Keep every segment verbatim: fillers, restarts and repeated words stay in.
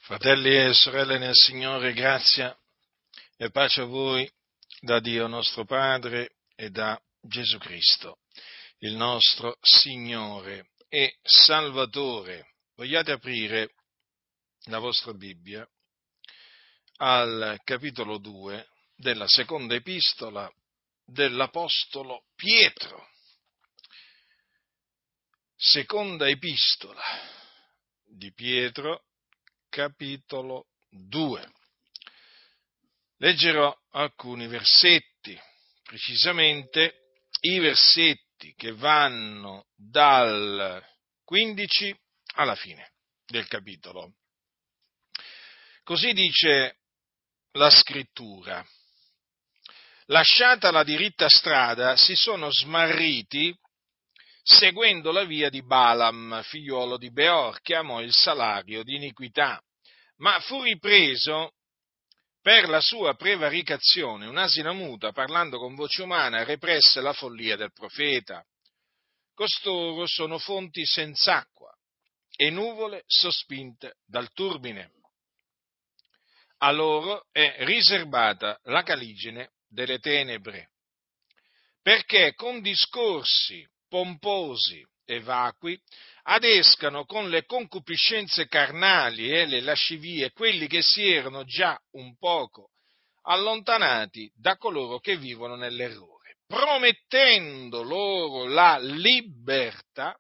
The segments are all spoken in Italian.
Fratelli e sorelle nel Signore, grazia e pace a voi da Dio nostro Padre e da Gesù Cristo, il nostro Signore e Salvatore. Vogliate aprire la vostra Bibbia al capitolo due della seconda epistola dell'Apostolo Pietro. Seconda epistola di Pietro, capitolo due. Leggerò alcuni versetti, precisamente i versetti che vanno dal quindici alla fine del capitolo. Così dice la Scrittura: lasciata la diritta strada, si sono smarriti seguendo la via di Balaam, figliuolo di Beor, che amò il salario di iniquità, ma fu ripreso per la sua prevaricazione. Un'asina muta, parlando con voce umana, represse la follia del profeta. Costoro sono fonti senz'acqua e nuvole sospinte dal turbine. A loro è riservata la caligine delle tenebre, perché con discorsi pomposi e vacui adescano con le concupiscenze carnali e le lascivie quelli che si erano già un poco allontanati da coloro che vivono nell'errore, promettendo loro la libertà,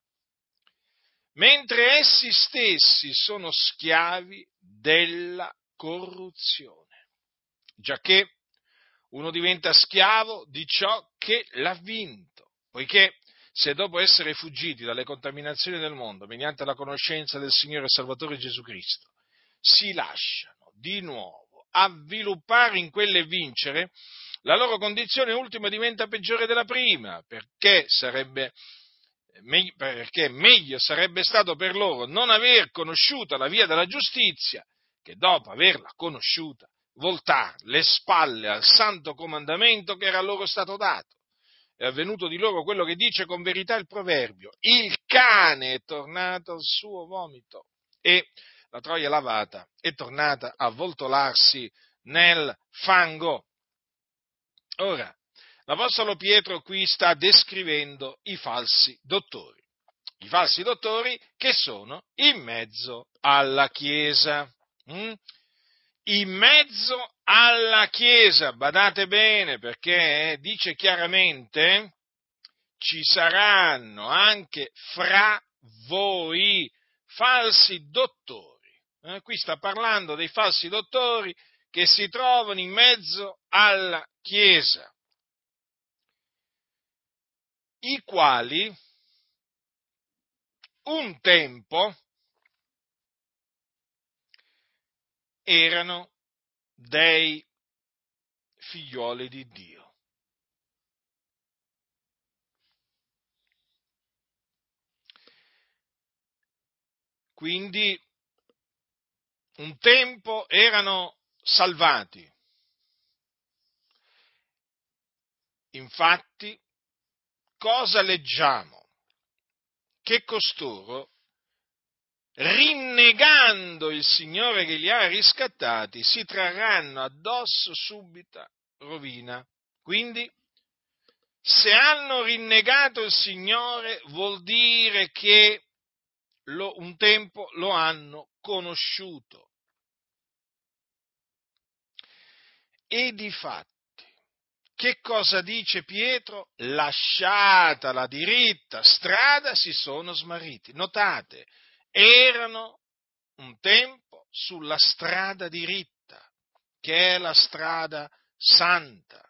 mentre essi stessi sono schiavi della corruzione, giacché uno diventa schiavo di ciò che l'ha vinto, poiché se dopo essere fuggiti dalle contaminazioni del mondo, mediante la conoscenza del Signore e Salvatore Gesù Cristo, si lasciano di nuovo avviluppare in quelle e vincere, la loro condizione ultima diventa peggiore della prima, perché sarebbe, perché meglio sarebbe stato per loro non aver conosciuto la via della giustizia, che dopo averla conosciuta, voltar le spalle al santo comandamento che era loro stato dato. È avvenuto di loro quello che dice con verità il proverbio: il cane è tornato al suo vomito e la troia lavata è tornata a voltolarsi nel fango. Ora, l'Apostolo Pietro qui sta descrivendo i falsi dottori, i falsi dottori che sono in mezzo alla Chiesa. Mm? In mezzo alla Chiesa, badate bene, perché dice chiaramente: ci saranno anche fra voi falsi dottori. Eh, qui sta parlando dei falsi dottori che si trovano in mezzo alla Chiesa, i quali un tempo erano dei figlioli di Dio. Quindi un tempo erano salvati. Infatti, cosa leggiamo? Che costoro, rinnegando il Signore che li ha riscattati, si trarranno addosso subita rovina. Quindi, se hanno rinnegato il Signore, vuol dire che lo, un tempo lo hanno conosciuto. E difatti, che cosa dice Pietro? Lasciata la diritta strada, si sono smarriti. Notate, erano un tempo sulla strada diritta, che è la strada santa,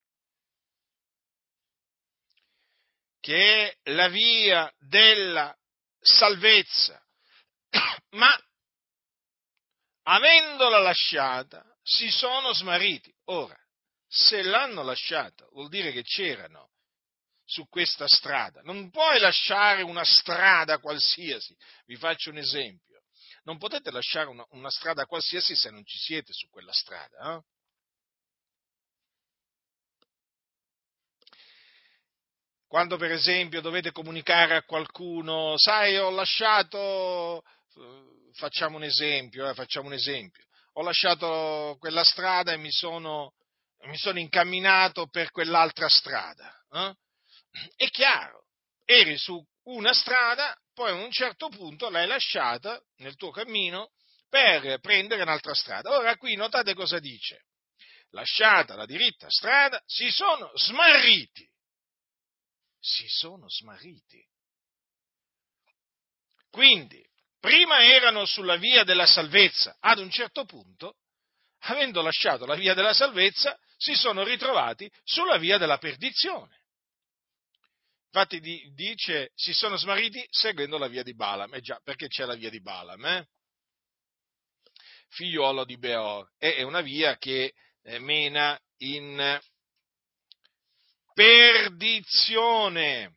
che è la via della salvezza, ma avendola lasciata si sono smarriti. Ora, se l'hanno lasciata, vuol dire che c'erano su questa strada. Non puoi lasciare una strada qualsiasi. Vi faccio un esempio. Non potete lasciare una, una strada qualsiasi se non ci siete su quella strada. Eh? Quando per esempio dovete comunicare a qualcuno: sai, ho lasciato facciamo un esempio, eh, facciamo un esempio. Ho lasciato quella strada e mi sono, mi sono incamminato per quell'altra strada. Eh? È chiaro, eri su una strada, poi a un certo punto l'hai lasciata nel tuo cammino per prendere un'altra strada. Ora qui notate cosa dice. Lasciata la diritta strada, si sono smarriti. Si sono smarriti. Quindi, prima erano sulla via della salvezza, ad un certo punto, avendo lasciato la via della salvezza, si sono ritrovati sulla via della perdizione. Infatti dice, si sono smarriti seguendo la via di Balaam. Eh già, perché c'è la via di Balaam, eh? Figliuolo di Beor. È una via che mena in perdizione.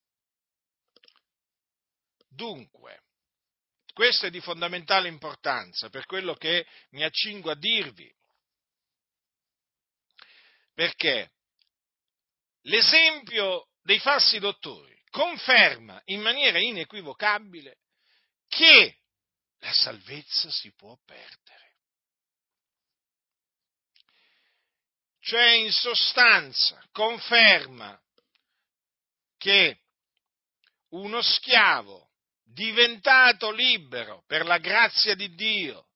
Dunque, questo è di fondamentale importanza per quello che mi accingo a dirvi. Perché l'esempio dei falsi dottori conferma in maniera inequivocabile che la salvezza si può perdere. Cioè, in sostanza, conferma che uno schiavo diventato libero per la grazia di Dio,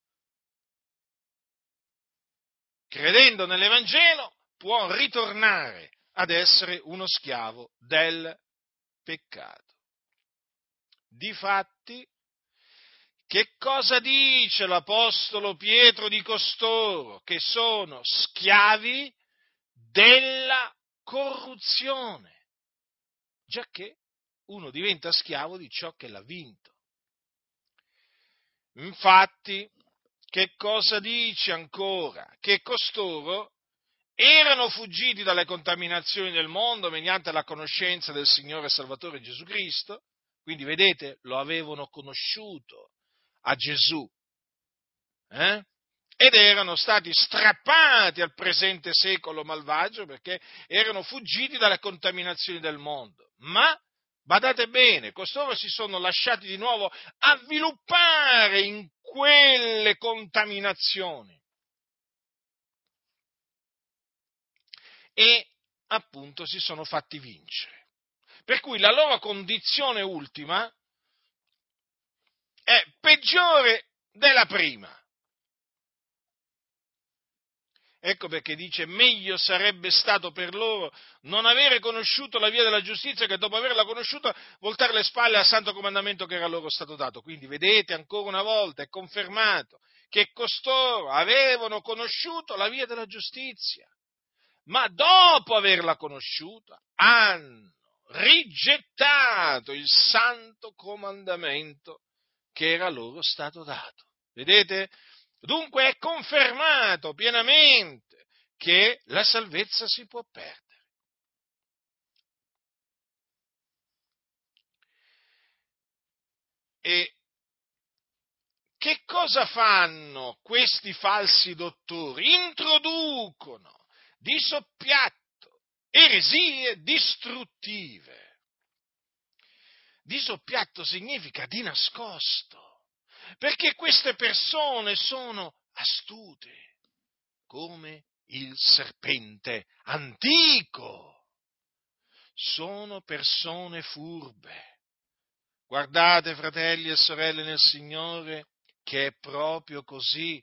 credendo nell'Evangelo, può ritornare ad essere uno schiavo del peccato. Difatti, che cosa dice l'Apostolo Pietro di costoro? Che sono schiavi della corruzione, giacché uno diventa schiavo di ciò che l'ha vinto. Infatti, che cosa dice ancora? Che costoro erano fuggiti dalle contaminazioni del mondo mediante la conoscenza del Signore e Salvatore Gesù Cristo, quindi vedete, lo avevano conosciuto a Gesù, eh? Ed erano stati strappati al presente secolo malvagio perché erano fuggiti dalle contaminazioni del mondo. Ma, badate bene, costoro si sono lasciati di nuovo avviluppare in quelle contaminazioni. E appunto si sono fatti vincere. Per cui la loro condizione ultima è peggiore della prima. Ecco perché dice: meglio sarebbe stato per loro non avere conosciuto la via della giustizia che dopo averla conosciuta voltare le spalle al santo comandamento che era loro stato dato. Quindi vedete, ancora una volta è confermato che costoro avevano conosciuto la via della giustizia, ma dopo averla conosciuta hanno rigettato il santo comandamento che era loro stato dato. Vedete? Dunque è confermato pienamente che la salvezza si può perdere. E che cosa fanno questi falsi dottori? Introducono di soppiatto eresie distruttive. Di soppiatto significa di nascosto, perché queste persone sono astute come il serpente antico. Sono persone furbe. Guardate, fratelli e sorelle nel Signore, che è proprio così.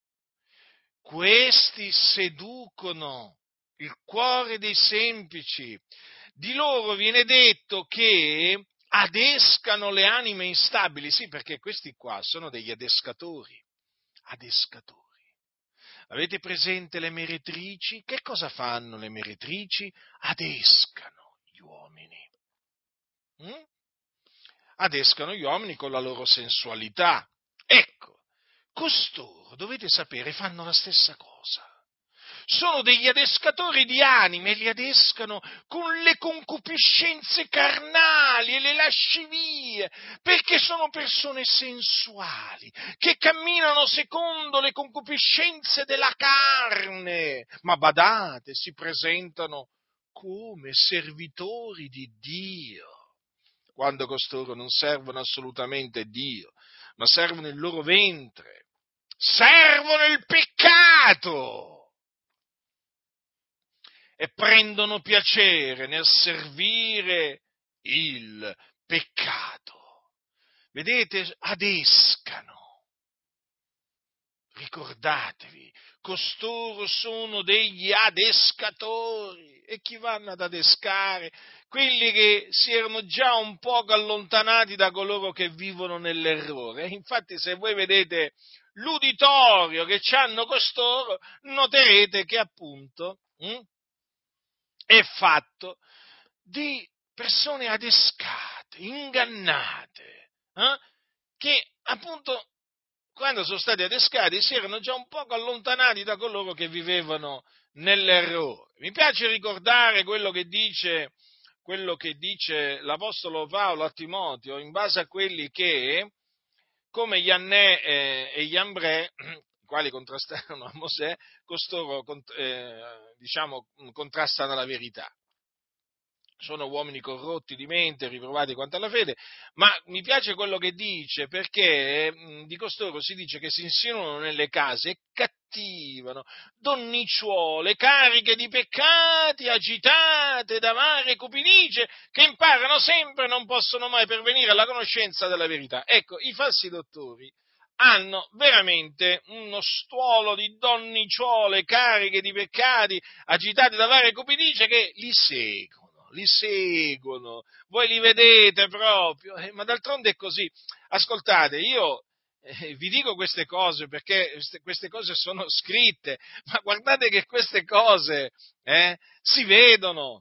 Questi seducono il cuore dei semplici. Di loro viene detto che adescano le anime instabili. Sì, perché questi qua sono degli adescatori. Adescatori. Avete presente le meretrici? Che cosa fanno le meretrici? Adescano gli uomini. Mm? Adescano gli uomini con la loro sensualità. Ecco, costoro, dovete sapere, fanno la stessa cosa. Sono degli adescatori di anime, li adescano con le concupiscenze carnali e le lascivie, perché sono persone sensuali, che camminano secondo le concupiscenze della carne, ma badate, si presentano come servitori di Dio, quando costoro non servono assolutamente Dio, ma servono il loro ventre, servono il peccato e prendono piacere nel servire il peccato. Vedete, adescano. Ricordatevi, costoro sono degli adescatori. E chi vanno ad adescare? Quelli che si erano già un poco allontanati da coloro che vivono nell'errore. Infatti, se voi vedete l'uditorio che hanno costoro, noterete che appunto hm, è fatto di persone adescate, ingannate, eh, che appunto quando sono stati adescati si erano già un poco allontanati da coloro che vivevano nell'errore. Mi piace ricordare quello che dice, quello che dice l'Apostolo Paolo a Timoteo in base a quelli che, come Iannè eh, e Iambrè, i quali contrastarono a Mosè, costoro eh, diciamo, contrastano la verità. Sono uomini corrotti di mente, riprovati quanto alla fede, ma mi piace quello che dice, perché mh, di costoro si dice che si insinuano nelle case e cattivano, donnicciuole, cariche di peccati, agitate da varie cupidigie, che imparano sempre e non possono mai pervenire alla conoscenza della verità. Ecco, i falsi dottori hanno veramente uno stuolo di donnicciuole, cariche di peccati, agitate da varie cupidigie, che li seguono. Li seguono, voi li vedete proprio, eh, ma d'altronde è così. Ascoltate, io eh, vi dico queste cose perché queste cose sono scritte, ma guardate che queste cose eh, si vedono,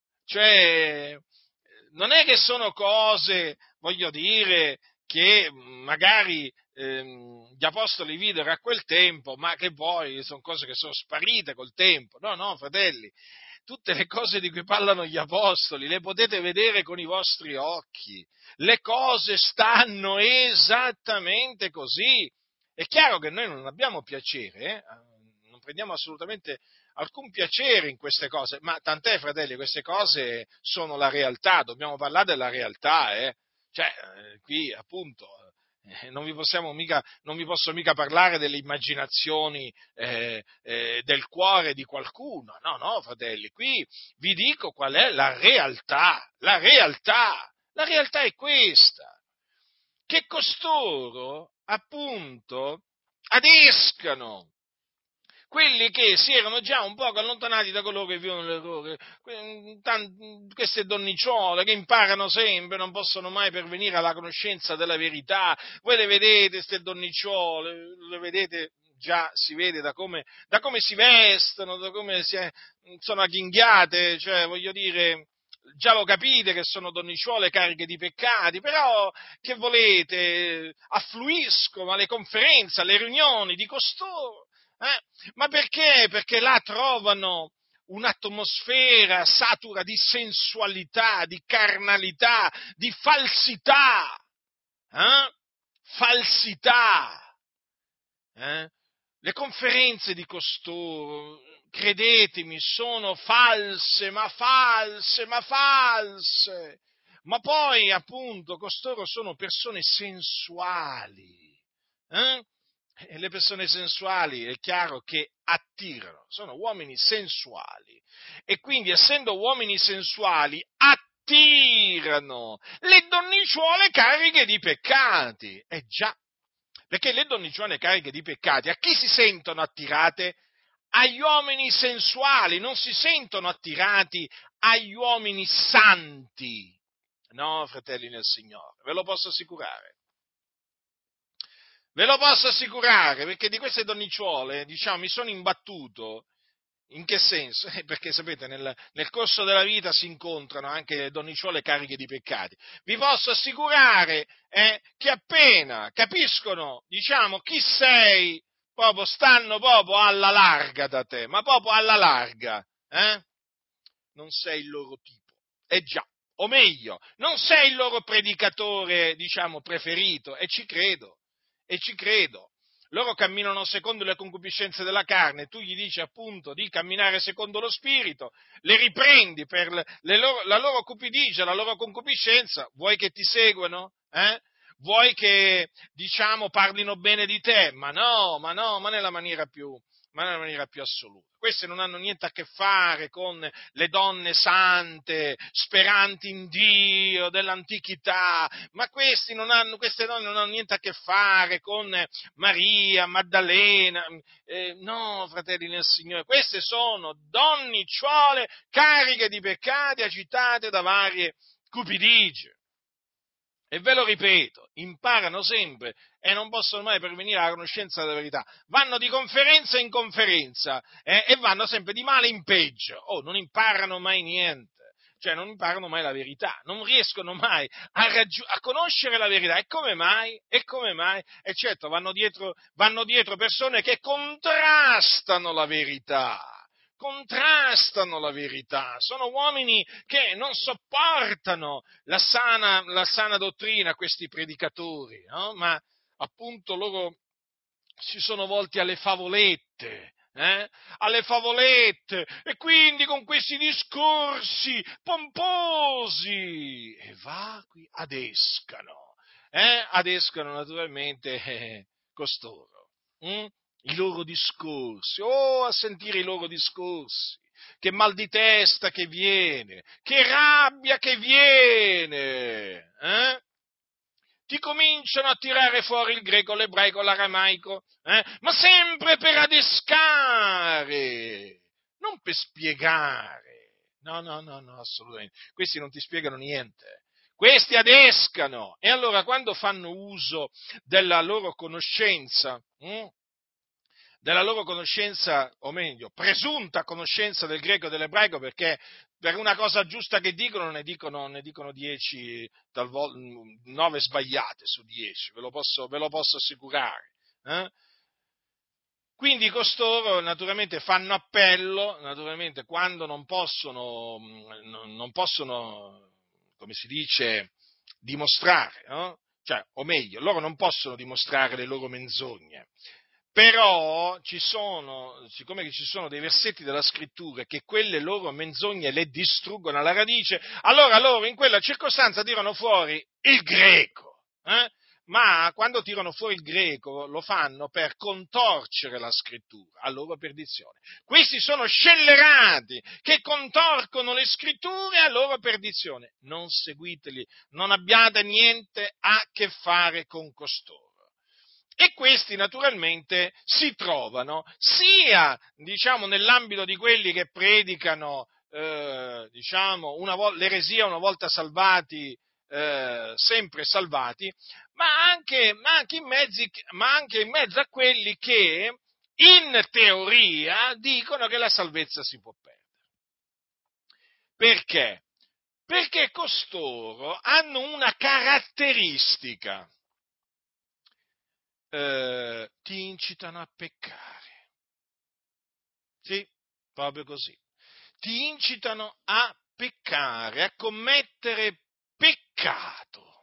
cioè non è che sono cose, voglio dire, che magari ehm, gli apostoli videro a quel tempo, ma che poi sono cose che sono sparite col tempo. No, no, fratelli, tutte le cose di cui parlano gli apostoli le potete vedere con i vostri occhi. Le cose stanno esattamente così. È chiaro che noi non abbiamo piacere, eh? Non prendiamo assolutamente alcun piacere in queste cose, ma tant'è, fratelli, queste cose sono la realtà, dobbiamo parlare della realtà, eh? Cioè, eh, qui appunto eh, non vi possiamo mica, non vi posso mica parlare delle immaginazioni eh, eh, del cuore di qualcuno, no, no, fratelli, qui vi dico qual è la realtà, la realtà, la realtà è questa, che costoro appunto adescano quelli che si erano già un poco allontanati da coloro che vivono nell'errore, queste donnicciole che imparano sempre, non possono mai pervenire alla conoscenza della verità. Voi le vedete, queste donnicciole, le vedete, già si vede da come, da come si vestono, da come si è, sono agghinghiate, cioè voglio dire, già lo capite che sono donnicciuole cariche di peccati, però che volete, affluiscono alle conferenze, alle riunioni di costoro. Eh? Ma perché? Perché là trovano un'atmosfera satura di sensualità, di carnalità, di falsità. Eh? Falsità. Eh? Le conferenze di costoro, credetemi, sono false, ma false, ma false. Ma poi, appunto, costoro sono persone sensuali. Eh? E le persone sensuali è chiaro che attirano, sono uomini sensuali e quindi essendo uomini sensuali attirano le donnicciuole cariche di peccati. Eh già, perché le donnicciuole cariche di peccati a chi si sentono attirate? Agli uomini sensuali, non si sentono attirati agli uomini santi. No, fratelli nel Signore, ve lo posso assicurare. Ve lo posso assicurare, perché di queste donnicciuole, diciamo, mi sono imbattuto. In che senso? Eh, perché sapete, nel, nel corso della vita si incontrano anche le donnicciuole cariche di peccati. Vi posso assicurare eh, che appena capiscono, diciamo, chi sei, proprio stanno proprio alla larga da te, ma proprio alla larga, eh? Non sei il loro tipo. Eh già, o meglio, non sei il loro predicatore, diciamo, preferito, e ci credo. E ci credo. Loro camminano secondo le concupiscenze della carne, tu gli dici appunto di camminare secondo lo spirito, le riprendi per le loro, la loro cupidigia, la loro concupiscenza, vuoi che ti seguano? Eh? vuoi che, diciamo, parlino bene di te, ma no, ma no, ma nella maniera più, ma nella maniera più assoluta. Queste non hanno niente a che fare con le donne sante, speranti in Dio dell'antichità, ma questi non hanno, queste donne non hanno niente a che fare con Maria, Maddalena, eh, no, fratelli nel Signore, queste sono donnicciuole cariche di peccati, agitate da varie cupidigie. E ve lo ripeto, imparano sempre e non possono mai pervenire alla conoscenza della verità. Vanno di conferenza in conferenza eh, e vanno sempre di male in peggio. Oh, non imparano mai niente, cioè non imparano mai la verità, non riescono mai a, raggi- a conoscere la verità. E come mai? E come mai? E certo, vanno dietro, vanno dietro persone che contrastano la verità. Contrastano la verità, sono uomini che non sopportano la sana, la sana dottrina, questi predicatori, no? Ma appunto loro si sono volti alle favolette, eh? alle favolette, e quindi con questi discorsi pomposi e vacui adescano, eh? adescano naturalmente eh, costoro. Hm? I loro discorsi, oh, a sentire i loro discorsi, che mal di testa che viene, che rabbia che viene, eh? Ti cominciano a tirare fuori il greco, l'ebraico, l'aramaico, eh? ma sempre per adescare, non per spiegare. No, no, no, no, assolutamente. Questi non ti spiegano niente. Questi adescano. E allora quando fanno uso della loro conoscenza, hm? della loro conoscenza, o meglio, presunta conoscenza del greco e dell'ebraico, perché per una cosa giusta che dicono ne dicono, ne dicono dieci, talvolta nove sbagliate su dieci, ve lo posso, ve lo posso assicurare. Eh? Quindi costoro naturalmente fanno appello, naturalmente quando non possono, non possono, come si dice, dimostrare, no? Cioè, o meglio, loro non possono dimostrare le loro menzogne. Però ci sono, siccome ci sono dei versetti della scrittura che quelle loro menzogne le distruggono alla radice, allora loro in quella circostanza tirano fuori il greco, eh? Ma quando tirano fuori il greco lo fanno per contorcere la scrittura a loro perdizione. Questi sono scellerati che contorcono le scritture a loro perdizione. Non seguiteli, non abbiate niente a che fare con costoro. E questi naturalmente si trovano sia, diciamo, nell'ambito di quelli che predicano, eh, diciamo, una vo- l'eresia una volta salvati, eh, sempre salvati, ma anche, ma, anche in mezzi, ma anche in mezzo a quelli che in teoria dicono che la salvezza si può perdere. Perché? Perché costoro hanno una caratteristica. Eh, ti incitano a peccare. Sì, proprio così. Ti incitano a peccare, a commettere peccato.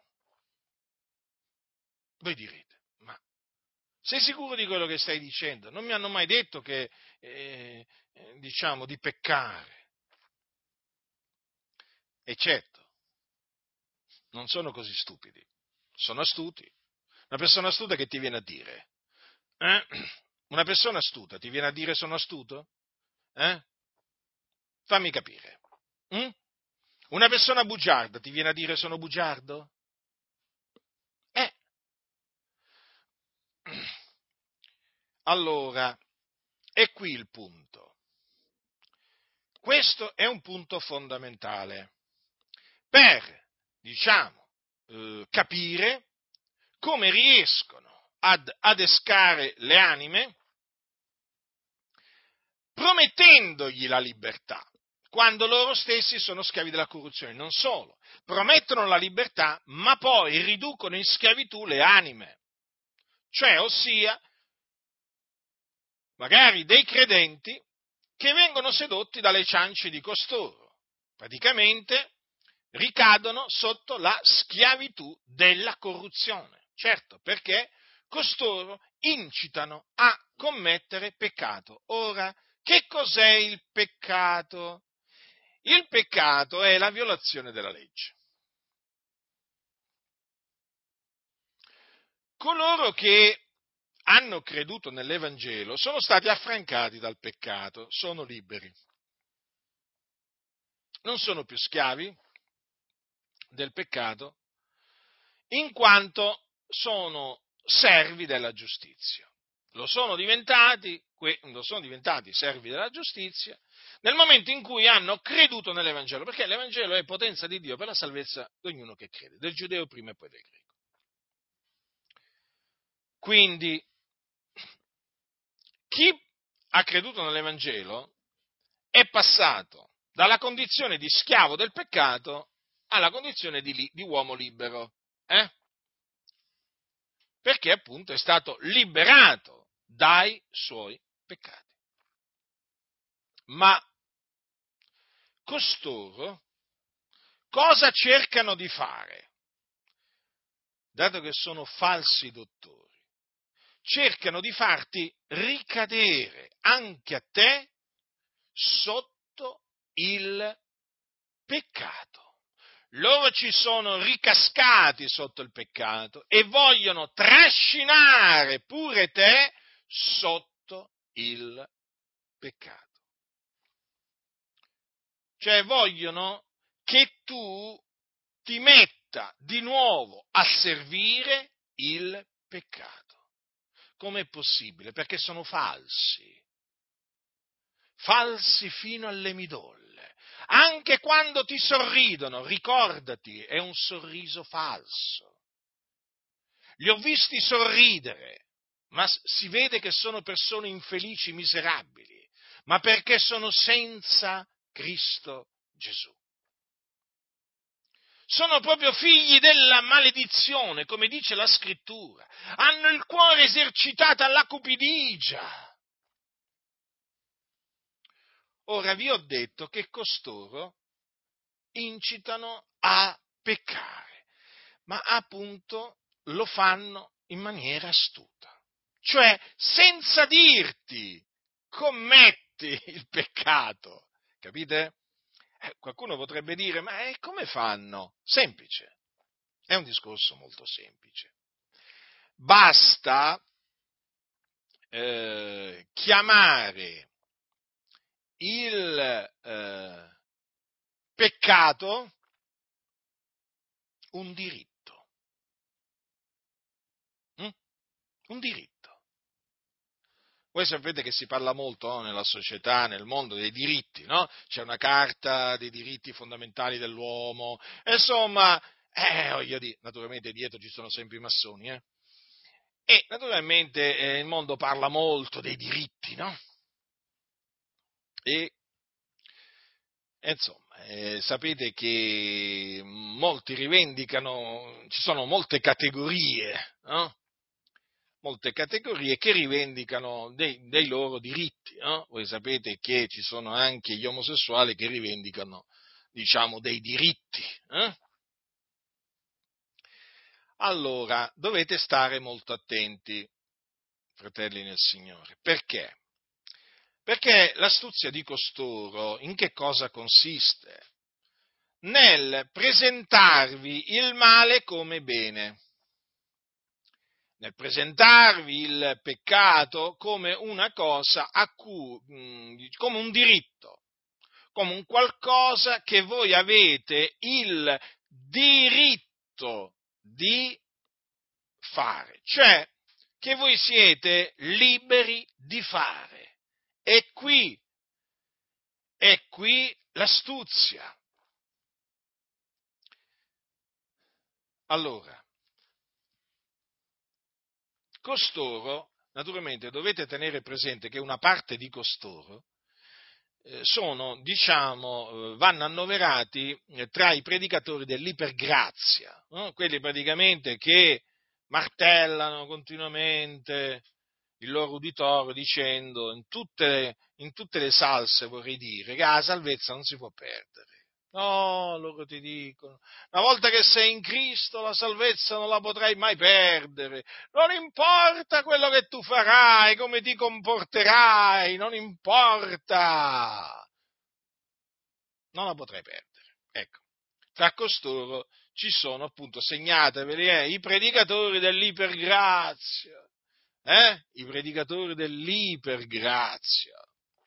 Voi direte, ma sei sicuro di quello che stai dicendo? Non mi hanno mai detto che, eh, eh, diciamo, di peccare. E certo, non sono così stupidi, sono astuti. Una persona astuta che ti viene a dire? Eh? Una persona astuta ti viene a dire sono astuto? Eh? Fammi capire. Mm? Una persona bugiarda ti viene a dire sono bugiardo? Eh. Allora, è qui il punto. Questo è un punto fondamentale per, diciamo, eh, capire come riescono ad adescare le anime promettendogli la libertà, quando loro stessi sono schiavi della corruzione. Non solo, promettono la libertà, ma poi riducono in schiavitù le anime, cioè, ossia, magari dei credenti che vengono sedotti dalle ciance di costoro. Praticamente ricadono sotto la schiavitù della corruzione. Certo, perché costoro incitano a commettere peccato. Ora, che cos'è il peccato? Il peccato è la violazione della legge. coloro che hanno creduto nell'Evangelo sono stati affrancati dal peccato, sono liberi. Non sono più schiavi del peccato, in quanto sono servi della giustizia. Lo sono diventati, lo sono diventati servi della giustizia nel momento in cui hanno creduto nell'Evangelo, perché l'Evangelo è potenza di Dio per la salvezza di ognuno che crede, del giudeo prima e poi del greco. Quindi, chi ha creduto nell'Evangelo è passato dalla condizione di schiavo del peccato alla condizione di, di uomo libero, eh? Perché appunto è stato liberato dai suoi peccati. Ma costoro cosa cercano di fare? Dato che sono falsi dottori, cercano di farti ricadere anche a te sotto il peccato. Loro ci sono ricascati sotto il peccato e vogliono trascinare pure te sotto il peccato. Cioè vogliono che tu ti metta di nuovo a servire il peccato. Com'è possibile? Perché sono falsi. Falsi fino alle midolle. Anche quando ti sorridono, ricordati, è un sorriso falso. Li ho visti sorridere, ma si vede che sono persone infelici, miserabili, ma perché sono senza Cristo Gesù. Sono proprio figli della maledizione, come dice la Scrittura. Hanno il cuore esercitato alla cupidigia. Ora vi ho detto che costoro incitano a peccare, ma appunto lo fanno in maniera astuta. Cioè, senza dirti, commetti il peccato. Capite? Eh, qualcuno potrebbe dire, ma eh, come fanno? Semplice. È un discorso molto semplice. Basta eh, chiamare il eh, peccato un diritto. Mm? Un diritto. Voi sapete che si parla molto no, nella società, nel mondo dei diritti, no? C'è una carta dei diritti fondamentali dell'uomo, e insomma, eh, voglio dire, naturalmente dietro ci sono sempre i massoni, eh? E naturalmente eh, il mondo parla molto dei diritti, no? E, e insomma, eh, sapete che molti rivendicano, ci sono molte categorie, no? Molte categorie che rivendicano dei, dei loro diritti, no? Voi sapete che ci sono anche gli omosessuali che rivendicano, diciamo, dei diritti, eh? Allora, dovete stare molto attenti, fratelli nel Signore. Perché? Perché l'astuzia di costoro in che cosa consiste? Nel presentarvi il male come bene. Nel presentarvi il peccato come una cosa a cui, come un diritto, come un qualcosa che voi avete il diritto di fare, cioè che voi siete liberi di fare. E qui, è qui l'astuzia. Allora, costoro, naturalmente dovete tenere presente che una parte di costoro eh, sono, diciamo, eh, vanno annoverati eh, tra i predicatori dell'ipergrazia, no? Quelli praticamente che martellano continuamente il loro uditorio dicendo in tutte, in tutte le salse, vorrei dire, che la salvezza non si può perdere. No, loro ti dicono, una volta che sei in Cristo la salvezza non la potrai mai perdere, non importa quello che tu farai, come ti comporterai, non importa, non la potrai perdere. Ecco, tra costoro ci sono appunto, segnateveli, eh, i predicatori dell'ipergrazia, eh? I predicatori dell'ipergrazia.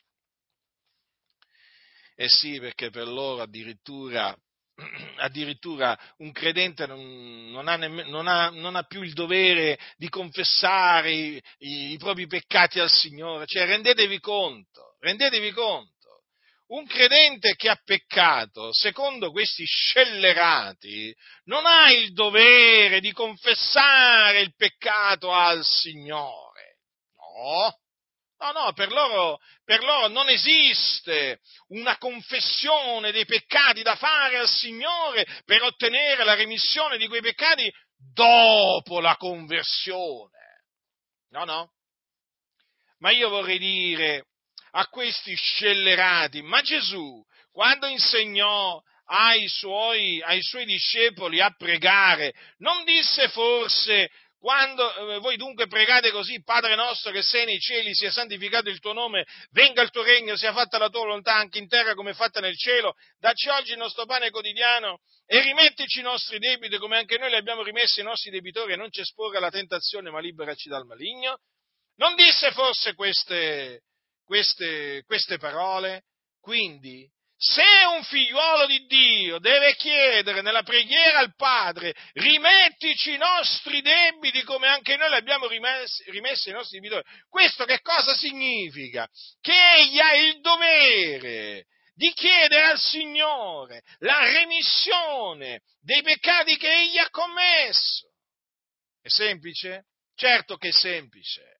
Eh sì, perché per loro addirittura, addirittura un credente non, non, ha nemm- non, ha, non ha più il dovere di confessare i, i, i propri peccati al Signore. Cioè, rendetevi conto, rendetevi conto. Un credente che ha peccato, secondo questi scellerati, non ha il dovere di confessare il peccato al Signore. No. No, no, per loro, per loro non esiste una confessione dei peccati da fare al Signore per ottenere la remissione di quei peccati dopo la conversione. No, no. Ma io vorrei dire a questi scellerati, ma Gesù, quando insegnò ai suoi, ai suoi discepoli a pregare, non disse forse, quando eh, voi dunque pregate così, Padre nostro che sei nei cieli, sia santificato il tuo nome, venga il tuo regno, sia fatta la tua volontà anche in terra come è fatta nel cielo, dacci oggi il nostro pane quotidiano e rimettici i nostri debiti come anche noi li abbiamo rimessi ai nostri debitori e non ci esporre alla tentazione ma liberaci dal maligno? Non disse forse queste, queste, queste parole? Quindi, se un figliuolo di Dio deve chiedere nella preghiera al Padre, rimettici i nostri debiti come anche noi li abbiamo rimessi, rimessi ai nostri debitori, questo che cosa significa? Che egli ha il dovere di chiedere al Signore la remissione dei peccati che egli ha commesso. È semplice? Certo che è semplice.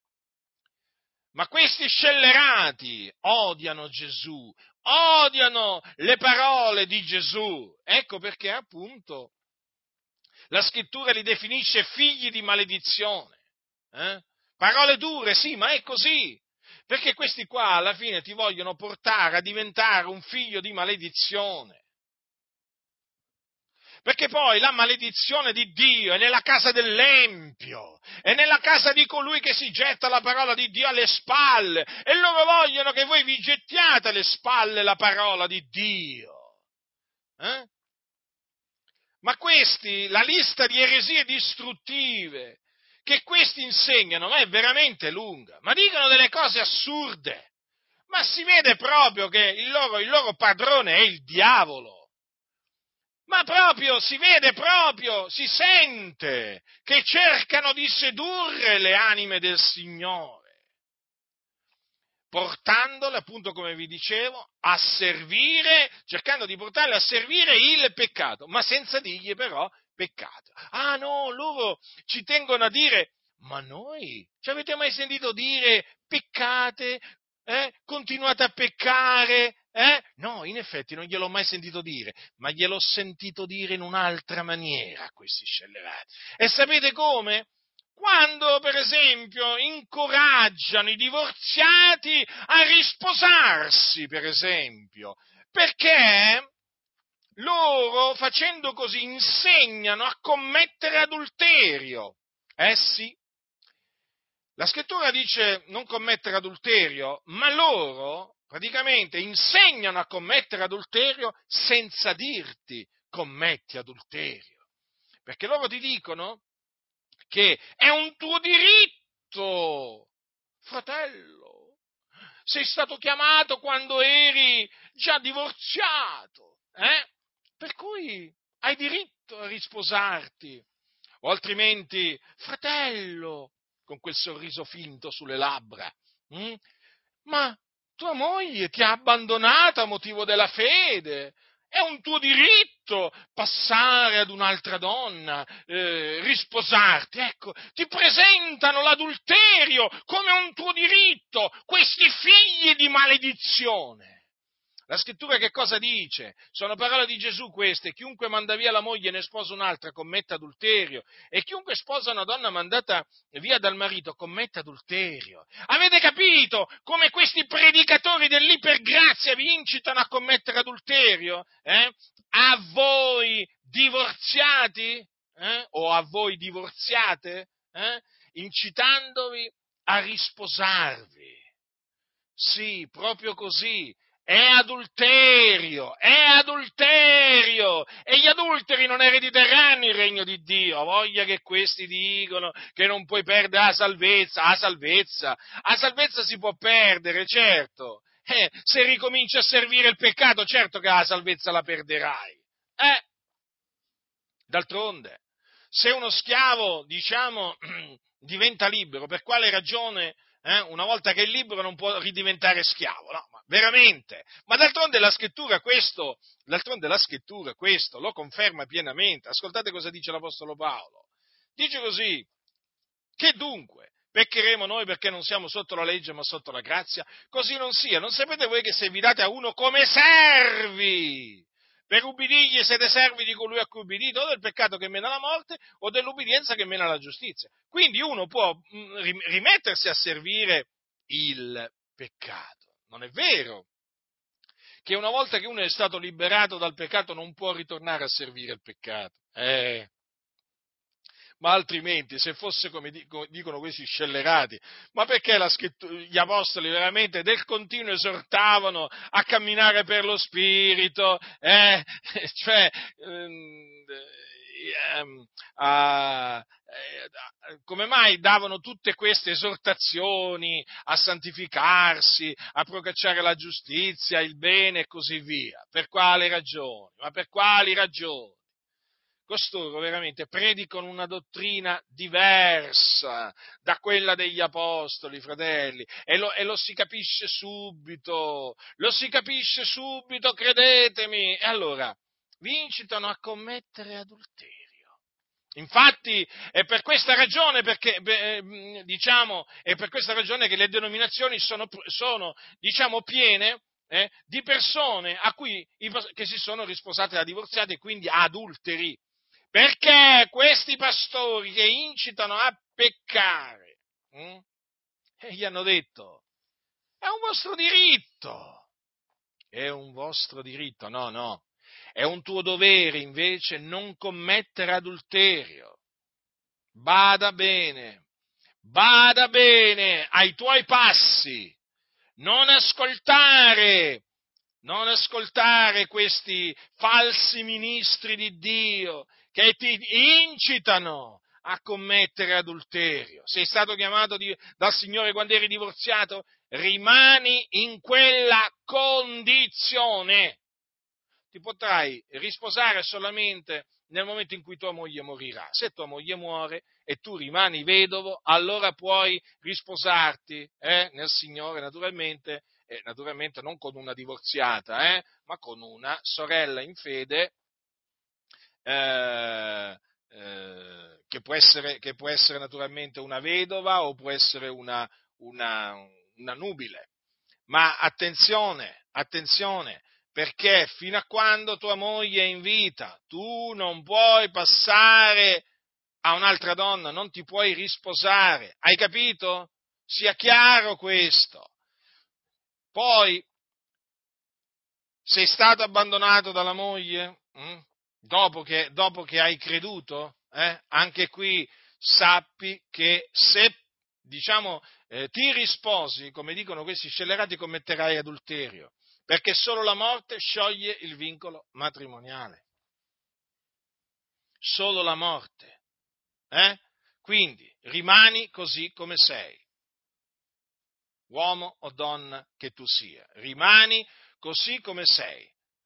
Ma questi scellerati odiano Gesù, odiano le parole di Gesù. Ecco perché appunto la scrittura li definisce figli di maledizione. Eh? Parole dure, sì, ma è così. Perché questi qua alla fine ti vogliono portare a diventare un figlio di maledizione. Perché poi la maledizione di Dio è nella casa dell'empio, è nella casa di colui che si getta la parola di Dio alle spalle, e loro vogliono che voi vi gettiate alle spalle la parola di Dio. Eh? Ma questi, la lista di eresie distruttive che questi insegnano, ma è veramente lunga, ma dicono delle cose assurde, ma si vede proprio che il loro, il loro padrone è il diavolo. Ma proprio, si vede proprio, si sente che cercano di sedurre le anime del Signore, portandole, appunto come vi dicevo, a servire, cercando di portarle a servire il peccato, ma senza dirgli però peccato. Ah no, loro ci tengono a dire, ma noi, ci avete mai sentito dire peccate, eh? Continuate a peccare, eh? No, in effetti non gliel'ho mai sentito dire, ma gliel'ho sentito dire in un'altra maniera a questi scellerati. E sapete come? Quando, per esempio, incoraggiano i divorziati a risposarsi, per esempio, perché loro, facendo così, insegnano a commettere adulterio. Eh sì, la scrittura dice non commettere adulterio, ma loro praticamente insegnano a commettere adulterio senza dirti commetti adulterio. Perché loro ti dicono che è un tuo diritto, fratello. Sei stato chiamato quando eri già divorziato, eh? Per cui hai diritto a risposarti. O altrimenti, fratello, con quel sorriso finto sulle labbra, hm? Ma tua moglie ti ha abbandonato a motivo della fede. È un tuo diritto passare ad un'altra donna, eh, risposarti. Ecco, ti presentano l'adulterio come un tuo diritto, questi figli di maledizione. La scrittura che cosa dice? Sono parole di Gesù queste: chiunque manda via la moglie e ne sposa un'altra commette adulterio, e chiunque sposa una donna mandata via dal marito commette adulterio. Avete capito come questi predicatori dell'ipergrazia vi incitano a commettere adulterio? Eh? A voi divorziati? Eh? O a voi divorziate? Eh? Incitandovi a risposarvi. Sì, proprio così. è adulterio, è adulterio, e gli adulteri non erediteranno il regno di Dio. Voglia che questi dicono che non puoi perdere la salvezza, la salvezza, la salvezza si può perdere, certo, eh, se ricominci a servire il peccato, certo che la salvezza la perderai, eh, d'altronde, se uno schiavo, diciamo, diventa libero, per quale ragione, eh, una volta che è libero non può ridiventare schiavo? No, ma veramente? Ma d'altronde la scrittura questo, d'altronde la scrittura questo lo conferma pienamente. Ascoltate cosa dice l'Apostolo Paolo. Dice così: che dunque? Peccheremo noi perché non siamo sotto la legge ma sotto la grazia? Così non sia. Non sapete voi che se vi date a uno come servi, per ubbidirgli siete servi di colui a cui ubbidite, o del peccato che mena alla morte, o dell'ubbidienza che mena alla giustizia. Quindi uno può mh, rimettersi a servire il peccato. Non è vero che una volta che uno è stato liberato dal peccato non può ritornare a servire il peccato. Eh... Ma altrimenti, se fosse come dicono questi scellerati, ma perché la scrittura, gli apostoli veramente del continuo esortavano a camminare per lo Spirito, eh? cioè, ehm, ehm, a, eh, come mai davano tutte queste esortazioni a santificarsi, a procacciare la giustizia, il bene e così via? Per quali ragioni? Ma per quali ragioni? Costoro veramente predicano una dottrina diversa da quella degli apostoli, fratelli, e lo, e lo si capisce subito, lo si capisce subito, credetemi. E allora, vi incitano a commettere adulterio. Infatti è per questa ragione, perché, beh, diciamo, è per questa ragione che le denominazioni sono, sono diciamo, piene eh, di persone a cui, che si sono risposate da divorziati e quindi adulteri. Perché questi pastori che incitano a peccare, hm? E gli hanno detto, è un vostro diritto, è un vostro diritto, no, no, è un tuo dovere invece non commettere adulterio. Bada bene, bada bene ai tuoi passi, non ascoltare Non ascoltare questi falsi ministri di Dio che ti incitano a commettere adulterio. Sei stato chiamato di, dal Signore quando eri divorziato? Rimani in quella condizione. Ti potrai risposare solamente nel momento in cui tua moglie morirà. Se tua moglie muore e tu rimani vedovo, allora puoi risposarti eh, nel Signore, naturalmente, e naturalmente non con una divorziata, eh, ma con una sorella in fede, eh, eh, che, può essere, che può essere naturalmente una vedova o può essere una, una, una nubile. Ma attenzione, attenzione, perché fino a quando tua moglie è in vita, tu non puoi passare a un'altra donna, non ti puoi risposare. Hai capito? Sia chiaro questo. Poi, sei stato abbandonato dalla moglie? Hm? Dopo, che, dopo che hai creduto? Eh? Anche qui sappi che se, diciamo, eh, ti risposi, come dicono questi scellerati, commetterai adulterio, perché solo la morte scioglie il vincolo matrimoniale. Solo la morte. Eh? Quindi rimani così come sei. Uomo o donna che tu sia, rimani così come sei.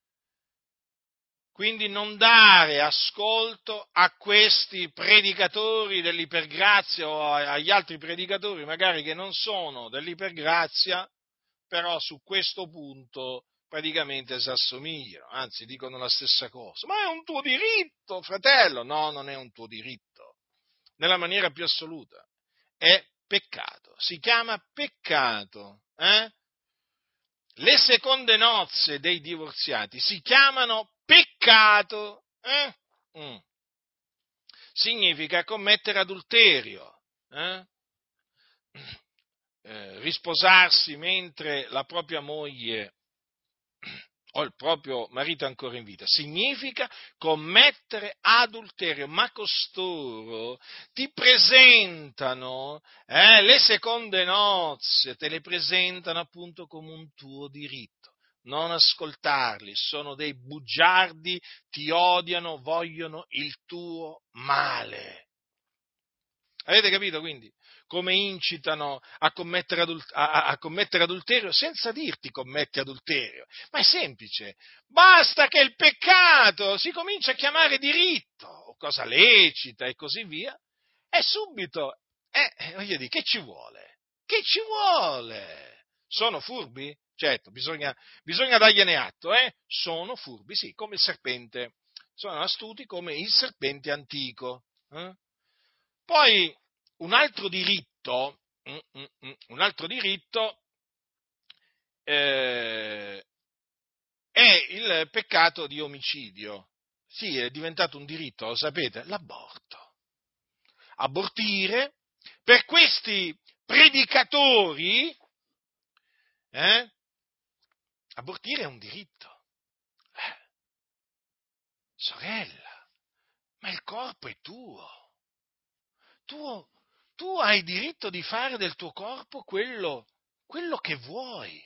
Quindi non dare ascolto a questi predicatori dell'ipergrazia o agli altri predicatori magari che non sono dell'ipergrazia, però su questo punto praticamente si assomigliano, anzi dicono la stessa cosa. Ma è un tuo diritto, fratello! No, non è un tuo diritto, nella maniera più assoluta. È peccato, si chiama peccato, eh? Le seconde nozze dei divorziati si chiamano peccato. Eh? Mm. Significa commettere adulterio. Eh? Eh, risposarsi mentre la propria moglie o il proprio marito è ancora in vita, significa commettere adulterio, ma costoro ti presentano eh, le seconde nozze, te le presentano appunto come un tuo diritto. non ascoltarli, sono dei bugiardi, ti odiano, vogliono il tuo male. Avete capito quindi? Come incitano a commettere, adul- a, a commettere adulterio senza dirti commetti adulterio. Ma è semplice, basta che il peccato si comincia a chiamare diritto, o cosa lecita e così via, e subito, eh, voglio dire, che ci vuole? Che ci vuole? Sono furbi? Certo, bisogna, bisogna dargliene atto, eh? Sono furbi, sì, come il serpente. Sono astuti come il serpente antico. Eh? Poi un altro diritto, mm, mm, mm, un altro diritto eh, è il peccato di omicidio. Sì, è diventato un diritto, lo sapete, l'aborto. Abortire per questi predicatori, eh, abortire è un diritto. Eh, sorella, ma il corpo è tuo. Tu, tu hai diritto di fare del tuo corpo quello, quello che vuoi.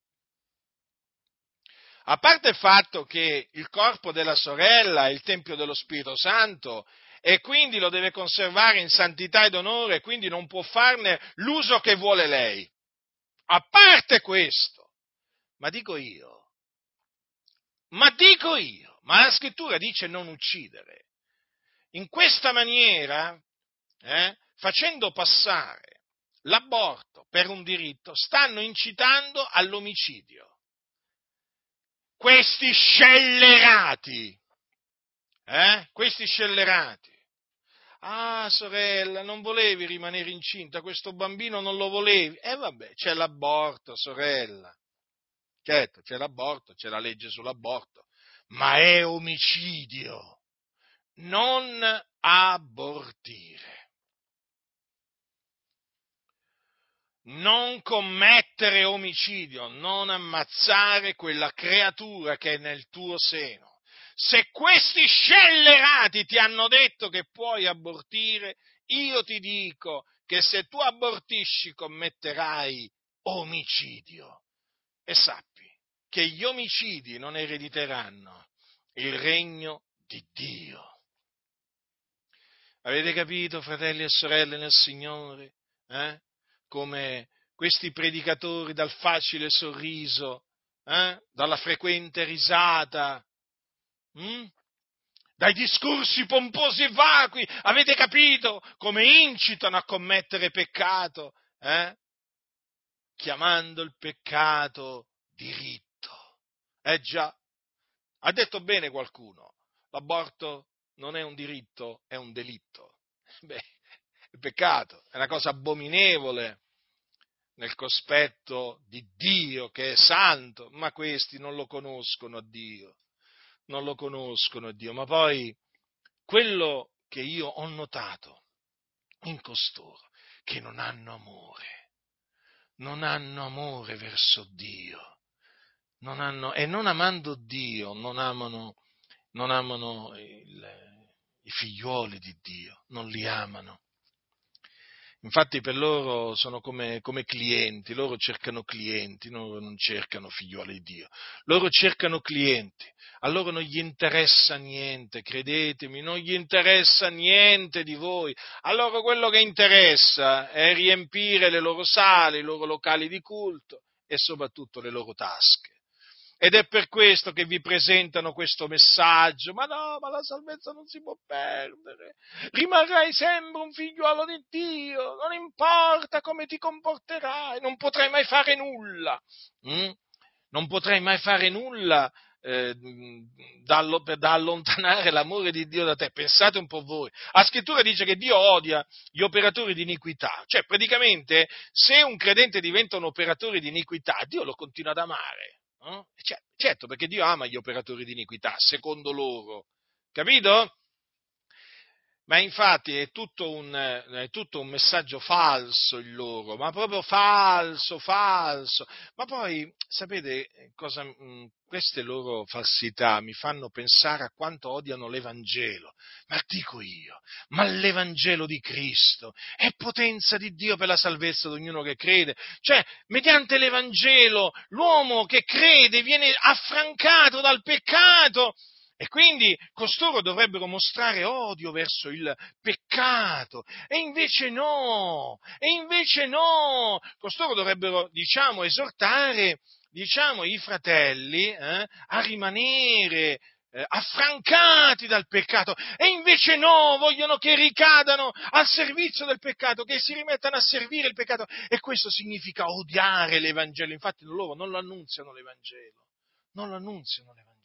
A parte il fatto che il corpo della sorella è il Tempio dello Spirito Santo e quindi lo deve conservare in santità ed onore, quindi non può farne l'uso che vuole lei. A parte questo, ma dico io, ma dico io, ma la scrittura dice non uccidere. In questa maniera, eh, facendo passare l'aborto per un diritto, stanno incitando all'omicidio. Questi scellerati, eh? Questi scellerati. Ah, sorella, non volevi rimanere incinta, questo bambino non lo volevi. E eh, vabbè, c'è l'aborto, sorella. Certo, c'è l'aborto, c'è la legge sull'aborto, ma è omicidio. Non abortire. Non commettere omicidio, non ammazzare quella creatura che è nel tuo seno. Se questi scellerati ti hanno detto che puoi abortire, io ti dico che se tu abortisci commetterai omicidio. E sappi che gli omicidi non erediteranno il regno di Dio. Avete capito, fratelli e sorelle nel Signore? Eh? Come questi predicatori dal facile sorriso, eh? Dalla frequente risata, hm? Dai discorsi pomposi e vacui, avete capito come incitano a commettere peccato, eh? Chiamando il peccato diritto. Eh già, ha detto bene qualcuno, l'aborto non è un diritto, è un delitto. Beh, è peccato, è una cosa abominevole nel cospetto di Dio che è santo, ma questi non lo conoscono a Dio, non lo conoscono a Dio. Ma poi quello che io ho notato in costoro, che non hanno amore, non hanno amore verso Dio, non hanno, e non amando Dio, non amano, non amano il, i figliuoli di Dio, non li amano. Infatti per loro sono come, come clienti, loro cercano clienti, loro non cercano figliuoli di Dio, loro cercano clienti, a loro non gli interessa niente, credetemi, non gli interessa niente di voi, a loro quello che interessa è riempire le loro sale, i loro locali di culto e soprattutto le loro tasche. Ed è per questo che vi presentano questo messaggio, ma no, ma la salvezza non si può perdere, rimarrai sempre un figliuolo di Dio, non importa come ti comporterai, non potrai mai fare nulla, mm? non potrai mai fare nulla eh, da, da allontanare l'amore di Dio da te. Pensate un po' voi, la scrittura dice che Dio odia gli operatori di iniquità, cioè praticamente se un credente diventa un operatore di iniquità, Dio lo continua ad amare. No? Certo, perché Dio ama gli operatori di iniquità, secondo loro, capito? Ma infatti è tutto, un, è tutto un messaggio falso il loro, ma proprio falso, falso. Ma poi, sapete cosa, mh, queste loro falsità mi fanno pensare a quanto odiano l'Evangelo. Ma dico io, ma l'Evangelo di Cristo è potenza di Dio per la salvezza di ognuno che crede. Cioè, mediante l'Evangelo, l'uomo che crede viene affrancato dal peccato. E quindi costoro dovrebbero mostrare odio verso il peccato, e invece no, e invece no, costoro dovrebbero, diciamo, esortare, diciamo, i fratelli eh, a rimanere eh, affrancati dal peccato, e invece no, vogliono che ricadano al servizio del peccato, che si rimettano a servire il peccato, e questo significa odiare l'Evangelo. Infatti loro non lo annunziano l'Evangelo, non lo annunziano l'Evangelo.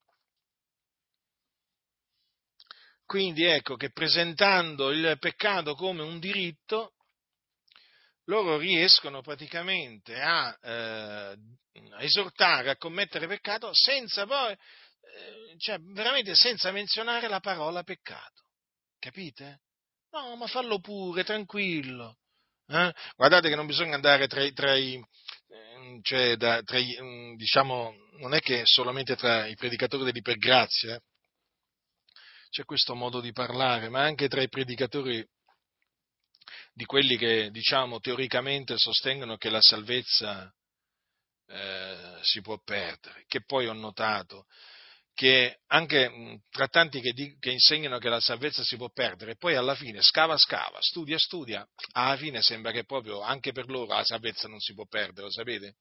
Quindi ecco che presentando il peccato come un diritto, loro riescono praticamente a, eh, a esortare a commettere peccato senza poi, eh, cioè veramente senza menzionare la parola peccato. Capite? No, ma fallo pure, tranquillo. Eh? Guardate che non bisogna andare tra, i, tra i ehm, cioè da, tra i, mm, diciamo, non è che solamente tra i predicatori dell'ipergrazia, eh? C'è questo modo di parlare, ma anche tra i predicatori di quelli che, diciamo, teoricamente sostengono che la salvezza eh, si può perdere, che poi ho notato che anche mh, tra tanti che, di, che insegnano che la salvezza si può perdere, poi alla fine scava scava, studia studia, alla fine sembra che proprio anche per loro la salvezza non si può perdere, lo sapete?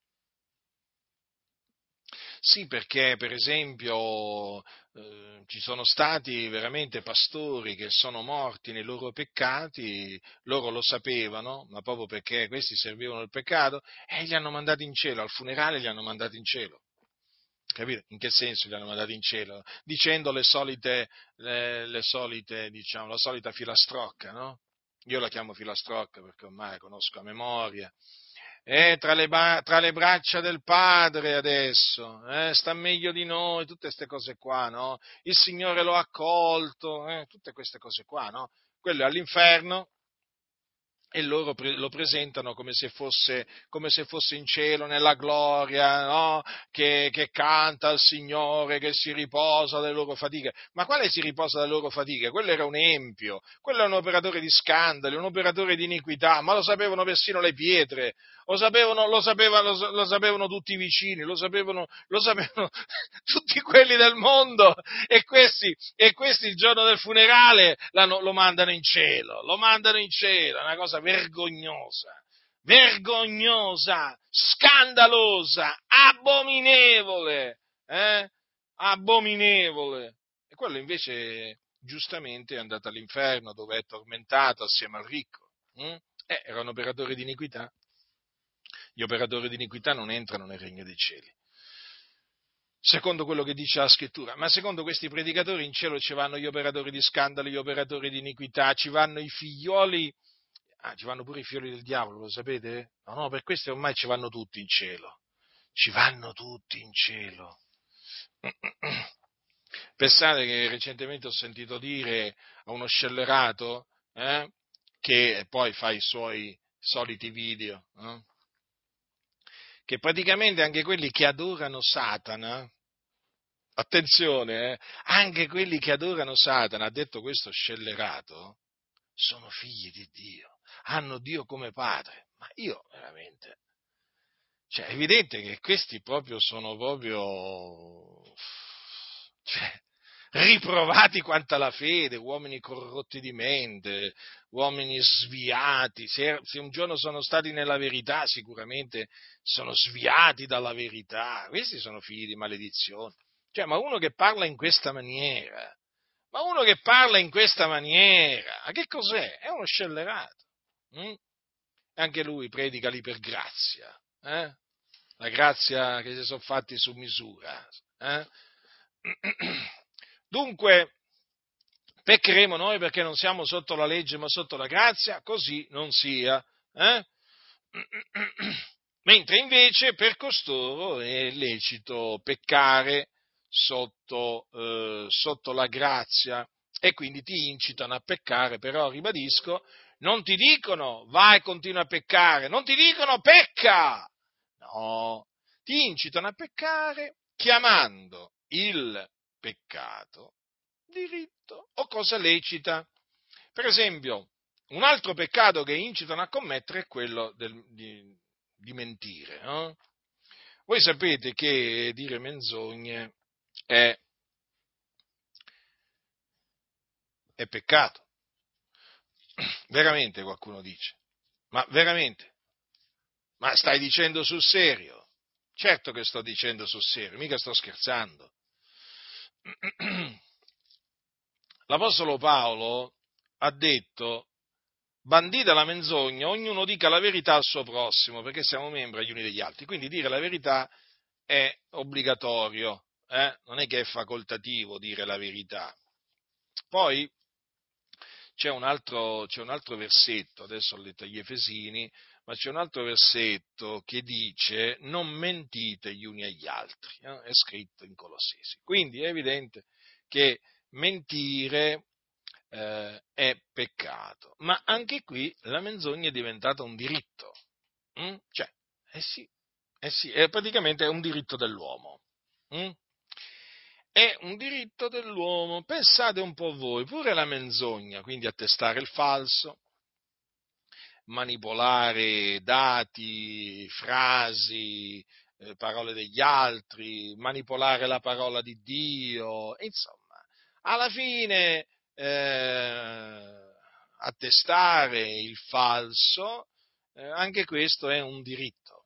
Sì, perché per esempio eh, ci sono stati veramente pastori che sono morti nei loro peccati, loro lo sapevano, ma proprio perché questi servivano il peccato, e li hanno mandati in cielo, al funerale li hanno mandati in cielo. Capite? In che senso li hanno mandati in cielo? Dicendo le solite, le, le solite, diciamo, la solita filastrocca, no? Io la chiamo filastrocca perché ormai la conosco a memoria. È tra le, ba- tra le braccia del Padre adesso, eh, sta meglio di noi, tutte queste cose qua, no? Il Signore lo ha accolto, eh, tutte queste cose qua, no? Quello è all'inferno, e loro pre- lo presentano come se fosse, come se fosse in cielo, nella gloria, no? che, che canta al Signore, che si riposa dalle loro fatiche. Ma quale si riposa dalle loro fatiche? Quello era un empio, quello è un operatore di scandali, un operatore di iniquità, ma lo sapevano persino le pietre, lo sapevano, lo sapevano, lo, lo sapevano tutti i vicini, lo sapevano, lo sapevano tutti quelli del mondo, e questi, e questi il giorno del funerale l'hanno- lo mandano in cielo, lo mandano in cielo, è una cosa vergognosa, vergognosa, scandalosa, abominevole, eh? Abominevole. E quello invece giustamente è andato all'inferno, dove è tormentato assieme al ricco. hm? Eh, era un operatore di iniquità. Gli operatori di iniquità non entrano nel regno dei cieli, secondo quello che dice la scrittura, ma secondo questi predicatori in cielo ci vanno gli operatori di scandali, gli operatori di iniquità, ci vanno i figlioli, ah, ci vanno pure i figlioli del diavolo, lo sapete? No, no, per questo ormai ci vanno tutti in cielo, ci vanno tutti in cielo. Pensate che recentemente ho sentito dire a uno scellerato, eh, che poi fa i suoi soliti video, eh, che praticamente anche quelli che adorano Satana, attenzione, eh, anche quelli che adorano Satana, ha detto questo scellerato, sono figli di Dio, hanno Dio come padre. Ma io veramente, cioè, è evidente che questi proprio sono proprio, cioè, riprovati quanto alla fede, uomini corrotti di mente, uomini sviati. Se, se un giorno sono stati nella verità, sicuramente sono sviati dalla verità. Questi sono figli di maledizione. Cioè, ma uno che parla in questa maniera, ma uno che parla in questa maniera, ma che cos'è? È uno scellerato. hm? Anche lui predica l'ipergrazia, eh? La grazia che si sono fatti su misura. Eh? Dunque, peccheremo noi perché non siamo sotto la legge ma sotto la grazia? Così non sia. Eh? Mentre invece per costoro è lecito peccare sotto, eh, sotto la grazia e quindi ti incitano a peccare, però ribadisco, non ti dicono vai e continua a peccare, non ti dicono pecca, no, ti incitano a peccare chiamando il peccato diritto o cosa lecita. Per esempio, un altro peccato che incitano a commettere è quello del, di, di mentire. No? Voi sapete che dire menzogne è, è peccato. Veramente qualcuno dice. Ma veramente? Ma stai dicendo sul serio? Certo che sto dicendo sul serio, mica sto scherzando. L'Apostolo Paolo ha detto: bandita la menzogna, ognuno dica la verità al suo prossimo, perché siamo membri gli uni degli altri. Quindi dire la verità è obbligatorio, eh? Non è che è facoltativo dire la verità. Poi c'è un altro, c'è un altro versetto, adesso ho letto agli Efesini, ma c'è un altro versetto che dice non mentite gli uni agli altri, eh? È scritto in Colossesi. Quindi è evidente che mentire eh, è peccato, ma anche qui la menzogna è diventata un diritto, mm? Cioè, eh sì, eh sì, è praticamente un diritto dell'uomo. Mm? È un diritto dell'uomo, pensate un po' voi, pure la menzogna, quindi attestare il falso, manipolare dati, frasi, eh, parole degli altri, manipolare la parola di Dio, insomma, alla fine eh, attestare il falso, eh, anche questo è un diritto.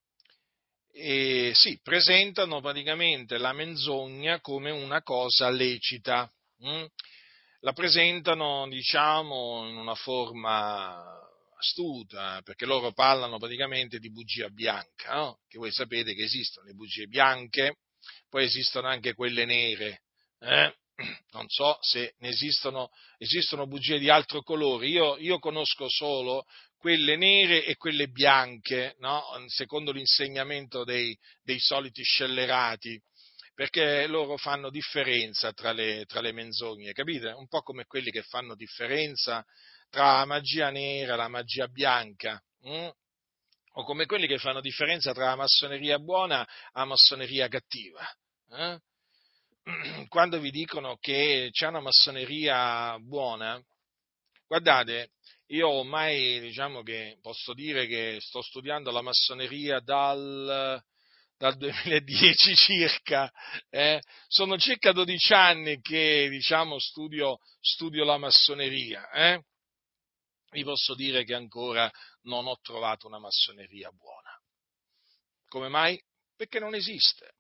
E sì, presentano praticamente la menzogna come una cosa lecita. Hm? La presentano, diciamo, in una forma astuta, perché loro parlano praticamente di bugia bianca, no? Che voi sapete che esistono le bugie bianche, poi esistono anche quelle nere. Eh? Non so se ne esistono, esistono bugie di altro colore, io, io conosco solo quelle nere e quelle bianche, no? Secondo l'insegnamento dei, dei soliti scellerati, perché loro fanno differenza tra le, tra le menzogne, capite? Un po' come quelli che fanno differenza tra la magia nera e la magia bianca, hm? O come quelli che fanno differenza tra la massoneria buona e la massoneria cattiva. Eh? Quando vi dicono che c'è una massoneria buona, guardate, io ormai diciamo che posso dire che sto studiando la massoneria dal, dal duemiladieci circa, eh? Sono circa dodici anni che diciamo studio, studio la massoneria, eh? Vi posso dire che ancora non ho trovato una massoneria buona. Come mai? Perché non esiste.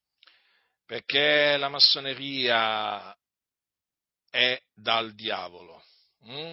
Perché la massoneria è dal diavolo. Mm?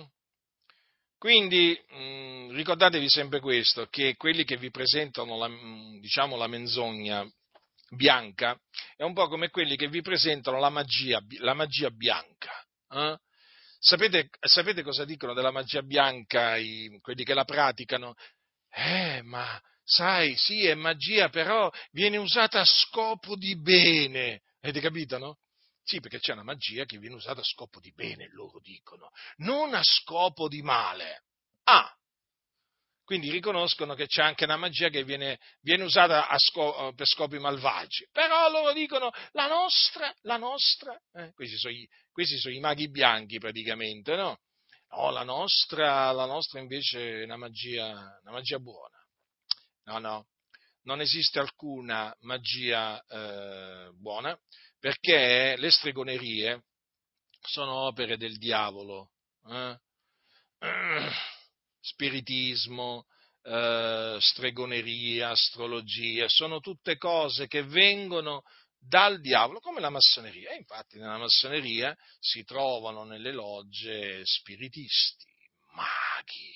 Quindi mh, ricordatevi sempre questo, che quelli che vi presentano la, diciamo, la menzogna bianca è un po' come quelli che vi presentano la magia, la magia bianca. Eh? Sapete, sapete cosa dicono della magia bianca i, quelli che la praticano? Eh, ma sai, sì, è magia, però viene usata a scopo di bene. Avete capito, no? Sì, perché c'è una magia che viene usata a scopo di bene, loro dicono, non a scopo di male. Ah, quindi riconoscono che c'è anche una magia che viene, viene usata a sco- per scopi malvagi. Però loro dicono, la nostra, la nostra, eh, questi, sono i, questi sono i maghi bianchi praticamente, no? No, la nostra, la nostra invece è una magia, una magia buona. No, no, non esiste alcuna magia eh, buona, perché le stregonerie sono opere del diavolo, eh? Spiritismo, eh, stregoneria, astrologia, sono tutte cose che vengono dal diavolo, come la massoneria. E infatti nella massoneria si trovano nelle logge spiritisti, maghi,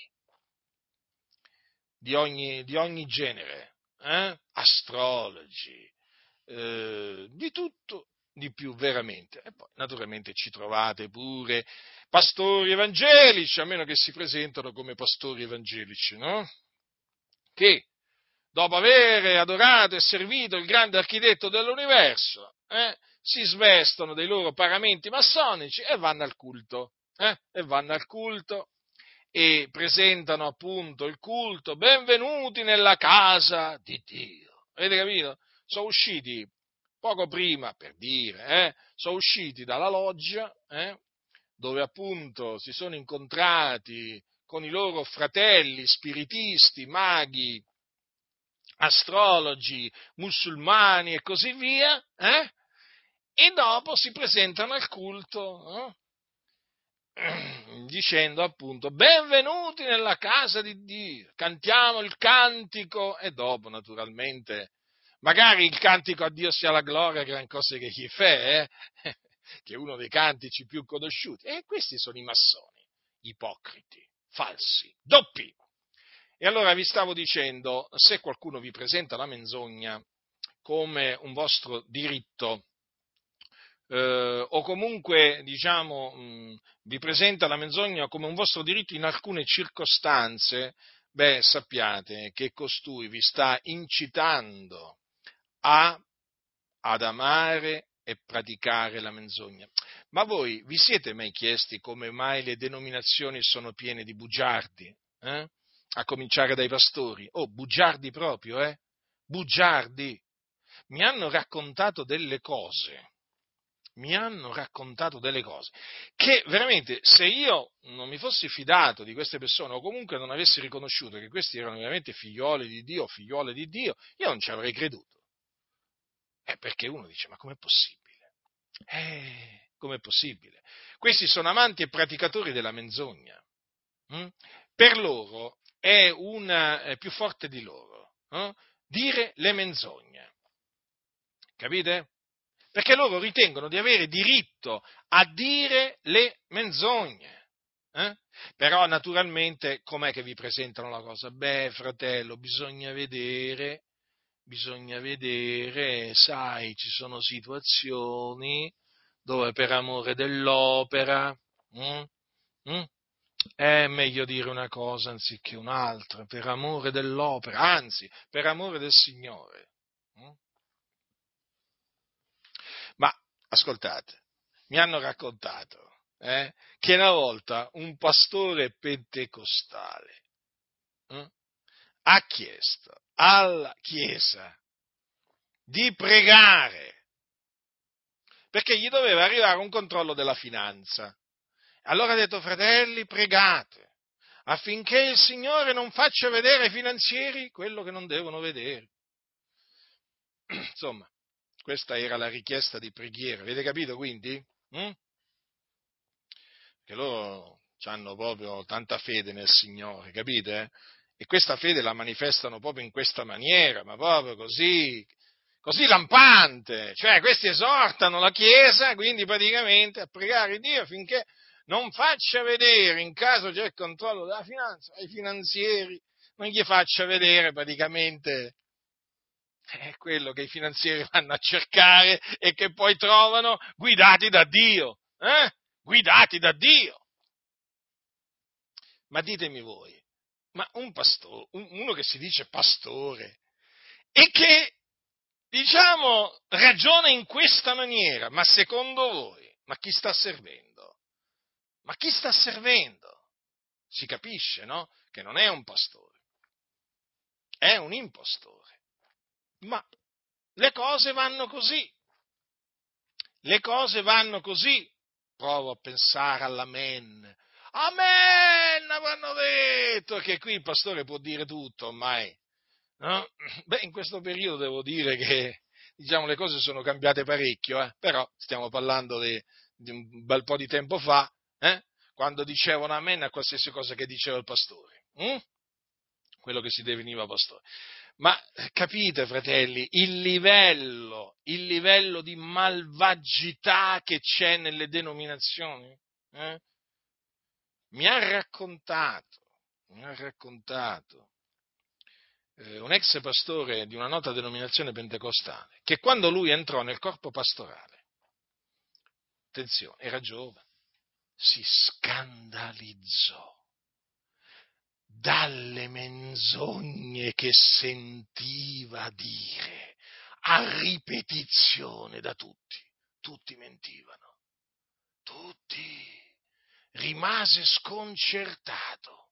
di ogni, di ogni genere, eh? Astrologi, eh, di tutto, di più veramente. E poi naturalmente ci trovate pure pastori evangelici, a meno che si presentano come pastori evangelici, no? Che dopo aver adorato e servito il grande architetto dell'universo, eh, si svestono dei loro paramenti massonici e vanno al culto, eh? e vanno al culto e presentano appunto il culto, benvenuti nella casa di Dio. Avete capito? Sono usciti poco prima, per dire, eh? sono usciti dalla loggia, eh? dove appunto si sono incontrati con i loro fratelli spiritisti, maghi, astrologi, musulmani e così via, eh? e dopo si presentano al culto, eh? dicendo appunto benvenuti nella casa di Dio, cantiamo il cantico e dopo naturalmente magari il cantico a Dio sia la gloria, gran cose che gli fa, eh? che è uno dei cantici più conosciuti, e questi sono i massoni, ipocriti, falsi, doppi. E allora vi stavo dicendo, se qualcuno vi presenta la menzogna come un vostro diritto, eh, o comunque, diciamo, mh, vi presenta la menzogna come un vostro diritto in alcune circostanze, beh, sappiate che costui vi sta incitando a, ad amare e praticare la menzogna. Ma voi vi siete mai chiesti come mai le denominazioni sono piene di bugiardi? Eh? A cominciare dai pastori. Oh, bugiardi proprio, eh? Bugiardi. Mi hanno raccontato delle cose, mi hanno raccontato delle cose, che veramente se io non mi fossi fidato di queste persone o comunque non avessi riconosciuto che questi erano veramente figlioli di Dio, figliuole di Dio, io non ci avrei creduto. Eh, perché uno dice, ma com'è possibile? Eh, com'è possibile? Questi sono amanti e praticatori della menzogna. Mm? Per loro è, una, è più forte di loro eh? dire le menzogne. Capite? Perché loro ritengono di avere diritto a dire le menzogne. Eh? Però naturalmente com'è che vi presentano la cosa? Beh, fratello, bisogna vedere, bisogna vedere, sai, ci sono situazioni dove per amore dell'opera mm, mm, è meglio dire una cosa anziché un'altra, per amore dell'opera, anzi, per amore del Signore. Mm? Ma ascoltate, mi hanno raccontato eh, che una volta un pastore pentecostale eh, ha chiesto alla Chiesa di pregare perché gli doveva arrivare un controllo della finanza. Allora ha detto, fratelli, pregate affinché il Signore non faccia vedere ai finanzieri quello che non devono vedere. Insomma, questa era la richiesta di preghiera, avete capito quindi? Mm? Che loro hanno proprio tanta fede nel Signore, capite? E questa fede la manifestano proprio in questa maniera, ma proprio così, così lampante. Cioè, questi esortano la Chiesa, quindi praticamente a pregare Dio affinché non faccia vedere, in caso c'è il controllo della finanza, ai finanzieri, non gli faccia vedere praticamente è quello che i finanzieri vanno a cercare e che poi trovano guidati da Dio, eh? Guidati da Dio. Ma ditemi voi, ma un pastore, uno che si dice pastore e che, diciamo, ragiona in questa maniera, ma secondo voi, ma chi sta servendo? Ma chi sta servendo? Si capisce, no? Che non è un pastore, è un impostore. Ma le cose vanno così, le cose vanno così. Provo a pensare all'amen. Amen, avranno detto che qui il pastore può dire tutto ormai. No? Beh, in questo periodo devo dire che diciamo, le cose sono cambiate parecchio, eh? Però stiamo parlando di, di un bel po' di tempo fa, eh? Quando dicevano amen a qualsiasi cosa che diceva il pastore, hm? Quello che si definiva pastore. Ma capite, fratelli, il livello, il livello di malvagità che c'è nelle denominazioni? Eh? Mi ha raccontato, mi ha raccontato eh, un ex pastore di una nota denominazione pentecostale, che quando lui entrò nel corpo pastorale, attenzione, era giovane, si scandalizzò dalle menzogne che sentiva dire a ripetizione da tutti. tutti mentivano, tutti. Rimase sconcertato.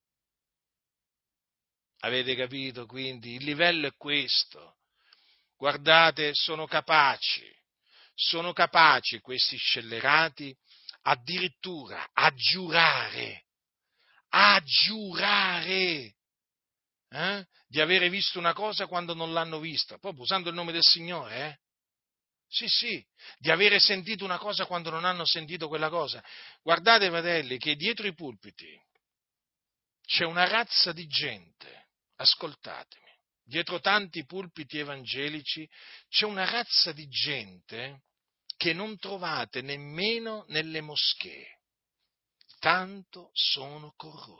Avete capito? Quindi il livello è questo. Guardate, sono capaci, sono capaci questi scellerati addirittura a giurare, a giurare eh, di avere visto una cosa quando non l'hanno vista, proprio usando il nome del Signore, eh? Sì, sì, di avere sentito una cosa quando non hanno sentito quella cosa. Guardate, fratelli, che dietro i pulpiti c'è una razza di gente, ascoltatemi, dietro tanti pulpiti evangelici c'è una razza di gente che non trovate nemmeno nelle moschee, tanto sono corrotti.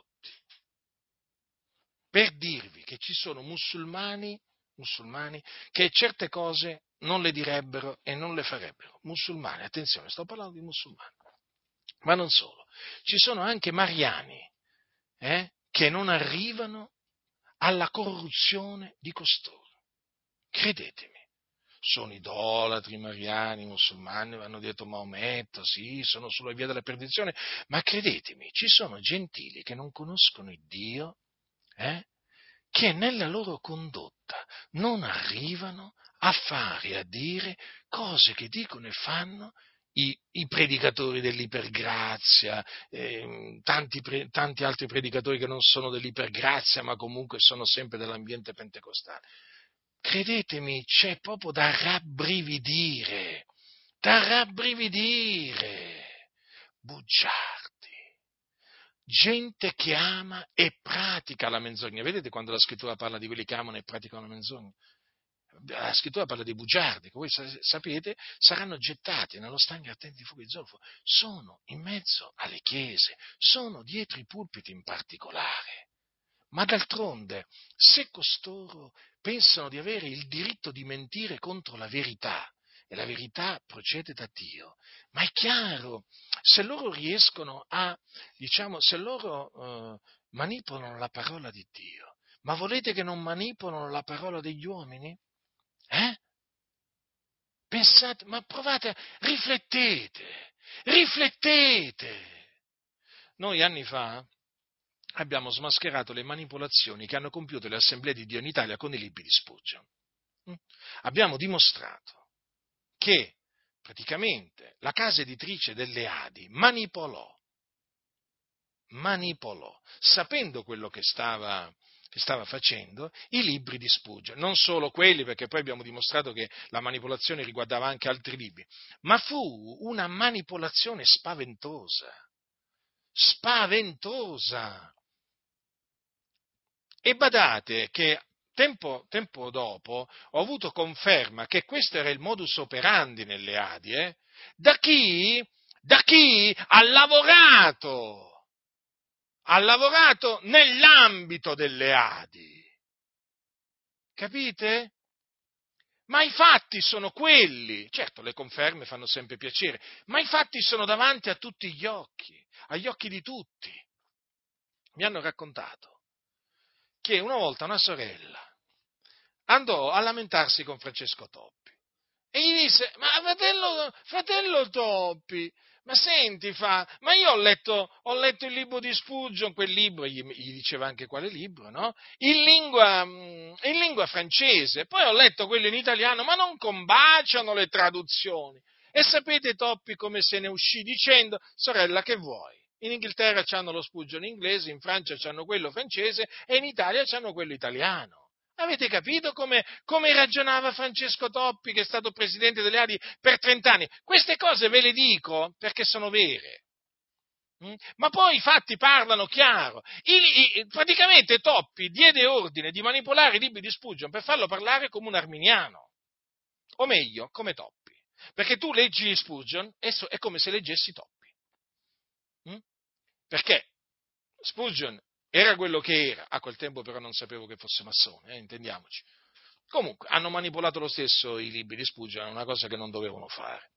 Per dirvi che ci sono musulmani, musulmani che certe cose non le direbbero e non le farebbero. Musulmani, attenzione, sto parlando di musulmani. Ma non solo, ci sono anche mariani eh, che non arrivano alla corruzione di costoro. Credetemi. Sono idolatri, mariani, musulmani, hanno detto Maometto, sì, sono sulla via della perdizione, ma credetemi, ci sono gentili che non conoscono il Dio, eh, che nella loro condotta non arrivano a fare e a dire cose che dicono e fanno i, i predicatori dell'ipergrazia, eh, tanti, pre, tanti altri predicatori che non sono dell'ipergrazia, ma comunque sono sempre dell'ambiente pentecostale. Credetemi, c'è proprio da rabbrividire, da rabbrividire, bugiardi, gente che ama e pratica la menzogna. Vedete quando la scrittura parla di quelli che amano e praticano la menzogna? La scrittura parla dei bugiardi, che voi sapete saranno gettati nello stagno ardente di fuoco e zolfo. Sono in mezzo alle chiese, sono dietro i pulpiti in particolare. Ma d'altronde, se costoro pensano di avere il diritto di mentire contro la verità, e la verità procede da Dio, ma è chiaro, se loro riescono a, diciamo, se loro eh, manipolano la parola di Dio, ma volete che non manipolano la parola degli uomini? Eh? Pensate, ma provate, riflettete, riflettete. Noi anni fa abbiamo smascherato le manipolazioni che hanno compiuto le assemblee di Dio in Italia con i libri di Spurgeon. Abbiamo dimostrato che praticamente la casa editrice delle Adi manipolò, manipolò, sapendo quello che stava, che stava facendo, i libri di Spurgeon. Non solo quelli, perché poi abbiamo dimostrato che la manipolazione riguardava anche altri libri, ma fu una manipolazione spaventosa, spaventosa. E badate che tempo, tempo dopo ho avuto conferma che questo era il modus operandi nelle Adi, eh? da chi? Da chi ha lavorato, ha lavorato nell'ambito delle Adi. Capite? Ma i fatti sono quelli. Certo, le conferme fanno sempre piacere, ma i fatti sono davanti a tutti gli occhi, agli occhi di tutti. Mi hanno raccontato che una volta una sorella andò a lamentarsi con Francesco Toppi e gli disse: ma fratello, fratello Toppi, ma senti, fa, ma io ho letto, ho letto il libro di Spurgeon, quel libro, gli, gli diceva anche quale libro, no? In lingua, in lingua francese, poi ho letto quello in italiano, ma non combaciano le traduzioni. E sapete Toppi come se ne uscì dicendo: sorella, che vuoi? In Inghilterra c'hanno lo Spurgeon inglese, in Francia c'hanno quello francese e in Italia c'hanno quello italiano. Avete capito come, come ragionava Francesco Toppi, che è stato presidente delle Adi per trent'anni? Queste cose ve le dico perché sono vere. Mm? Ma poi i fatti parlano chiaro. I, i, praticamente Toppi diede ordine di manipolare i libri di Spurgeon per farlo parlare come un arminiano. O meglio, come Toppi. Perché tu leggi Spurgeon e so, è come se leggessi Toppi. Mm? Perché Spurgeon era quello che era, a quel tempo però non sapevo che fosse massone, eh, intendiamoci. Comunque, hanno manipolato lo stesso i libri di Spurgeon, è una cosa che non dovevano fare.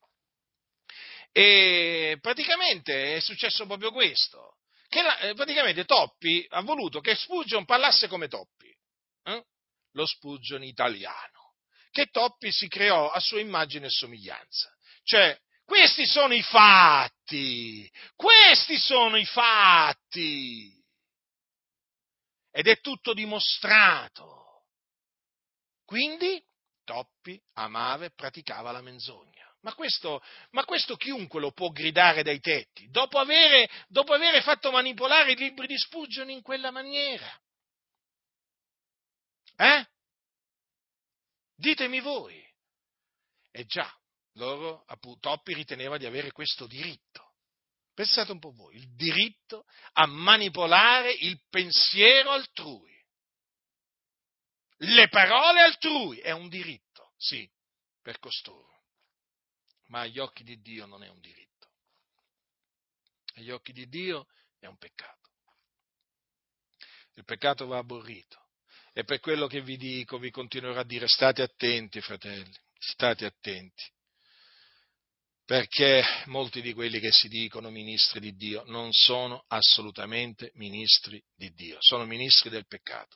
E praticamente è successo proprio questo, che la, eh, praticamente Toppi ha voluto che Spurgeon parlasse come Toppi, eh? Lo Spurgeon italiano, che Toppi si creò a sua immagine e somiglianza. Cioè, Questi sono i fatti, questi sono i fatti. Ed è tutto dimostrato. Quindi Toppi amava e praticava la menzogna. Ma questo, ma questo chiunque lo può gridare dai tetti, dopo avere, dopo avere fatto manipolare i libri di Spurgeon in quella maniera. Eh? Ditemi voi. E già, loro, appunto, Toppi riteneva di avere questo diritto. Pensate un po' voi, il diritto a manipolare il pensiero altrui. Le parole altrui è un diritto, sì, per costoro, ma agli occhi di Dio non è un diritto. Agli occhi di Dio è un peccato. Il peccato va aborrito. E per quello che vi dico, vi continuerò a dire, state attenti, fratelli, state attenti. Perché molti di quelli che si dicono ministri di Dio non sono assolutamente ministri di Dio, sono ministri del peccato.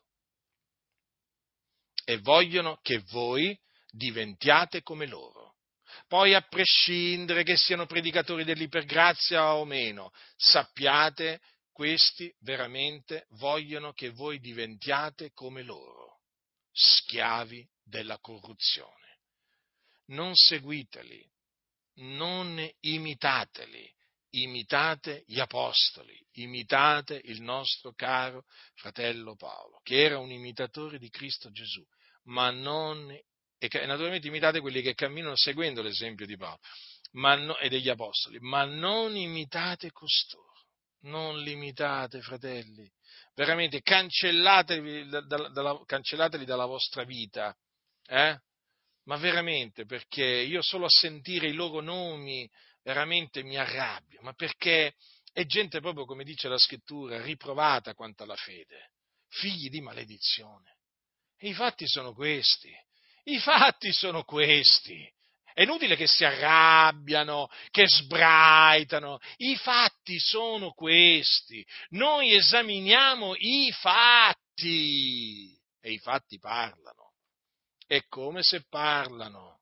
E vogliono che voi diventiate come loro. Poi, a prescindere che siano predicatori dell'ipergrazia o meno, sappiate, questi veramente vogliono che voi diventiate come loro, schiavi della corruzione. Non seguiteli, non imitateli, imitate gli apostoli, imitate il nostro caro fratello Paolo, che era un imitatore di Cristo Gesù, ma non, e naturalmente imitate quelli che camminano seguendo l'esempio di Paolo ma no, e degli apostoli, ma non imitate costoro, non li imitate, fratelli, veramente cancellateli, da, da, dalla, cancellateli dalla vostra vita, eh? Ma veramente, perché io solo a sentire i loro nomi veramente mi arrabbio, ma perché è gente proprio, come dice la scrittura, riprovata quanto alla fede, figli di maledizione. E i fatti sono questi, i fatti sono questi. È inutile che si arrabbiano, che sbraitano, i fatti sono questi. Noi esaminiamo i fatti e i fatti parlano. È come se parlano.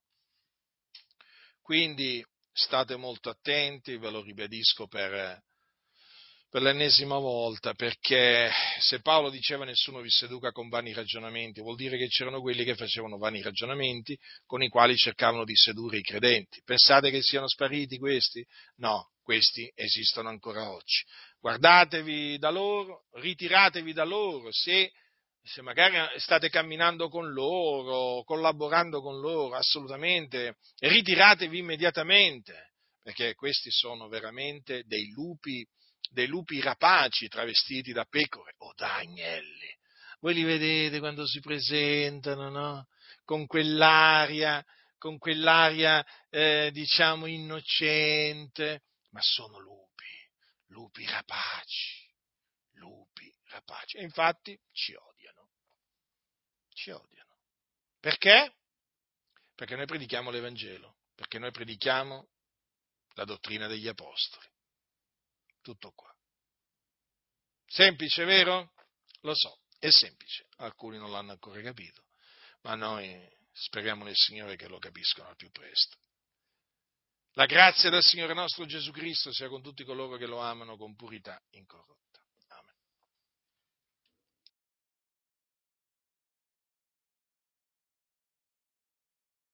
Quindi state molto attenti, ve lo ribadisco per, per l'ennesima volta, perché se Paolo diceva nessuno vi seduca con vani ragionamenti, vuol dire che c'erano quelli che facevano vani ragionamenti con i quali cercavano di sedurre i credenti. Pensate che siano spariti questi? No, questi esistono ancora oggi. Guardatevi da loro, ritiratevi da loro, se se magari state camminando con loro, collaborando con loro, assolutamente, ritiratevi immediatamente, perché questi sono veramente dei lupi, dei lupi rapaci travestiti da pecore o da agnelli. Voi li vedete quando si presentano, no? Con quell'aria, con quell'aria, eh, diciamo, innocente, ma sono lupi, lupi rapaci. Lupi rapaci. E infatti ci odiano. Ci odiano. Perché? Perché noi predichiamo l'Evangelo, perché noi predichiamo la dottrina degli Apostoli. Tutto qua. Semplice, vero? Lo so, è semplice. Alcuni non l'hanno ancora capito, ma noi speriamo nel Signore che lo capiscano al più presto. La grazia del Signore nostro Gesù Cristo sia con tutti coloro che lo amano con purità incorrotta.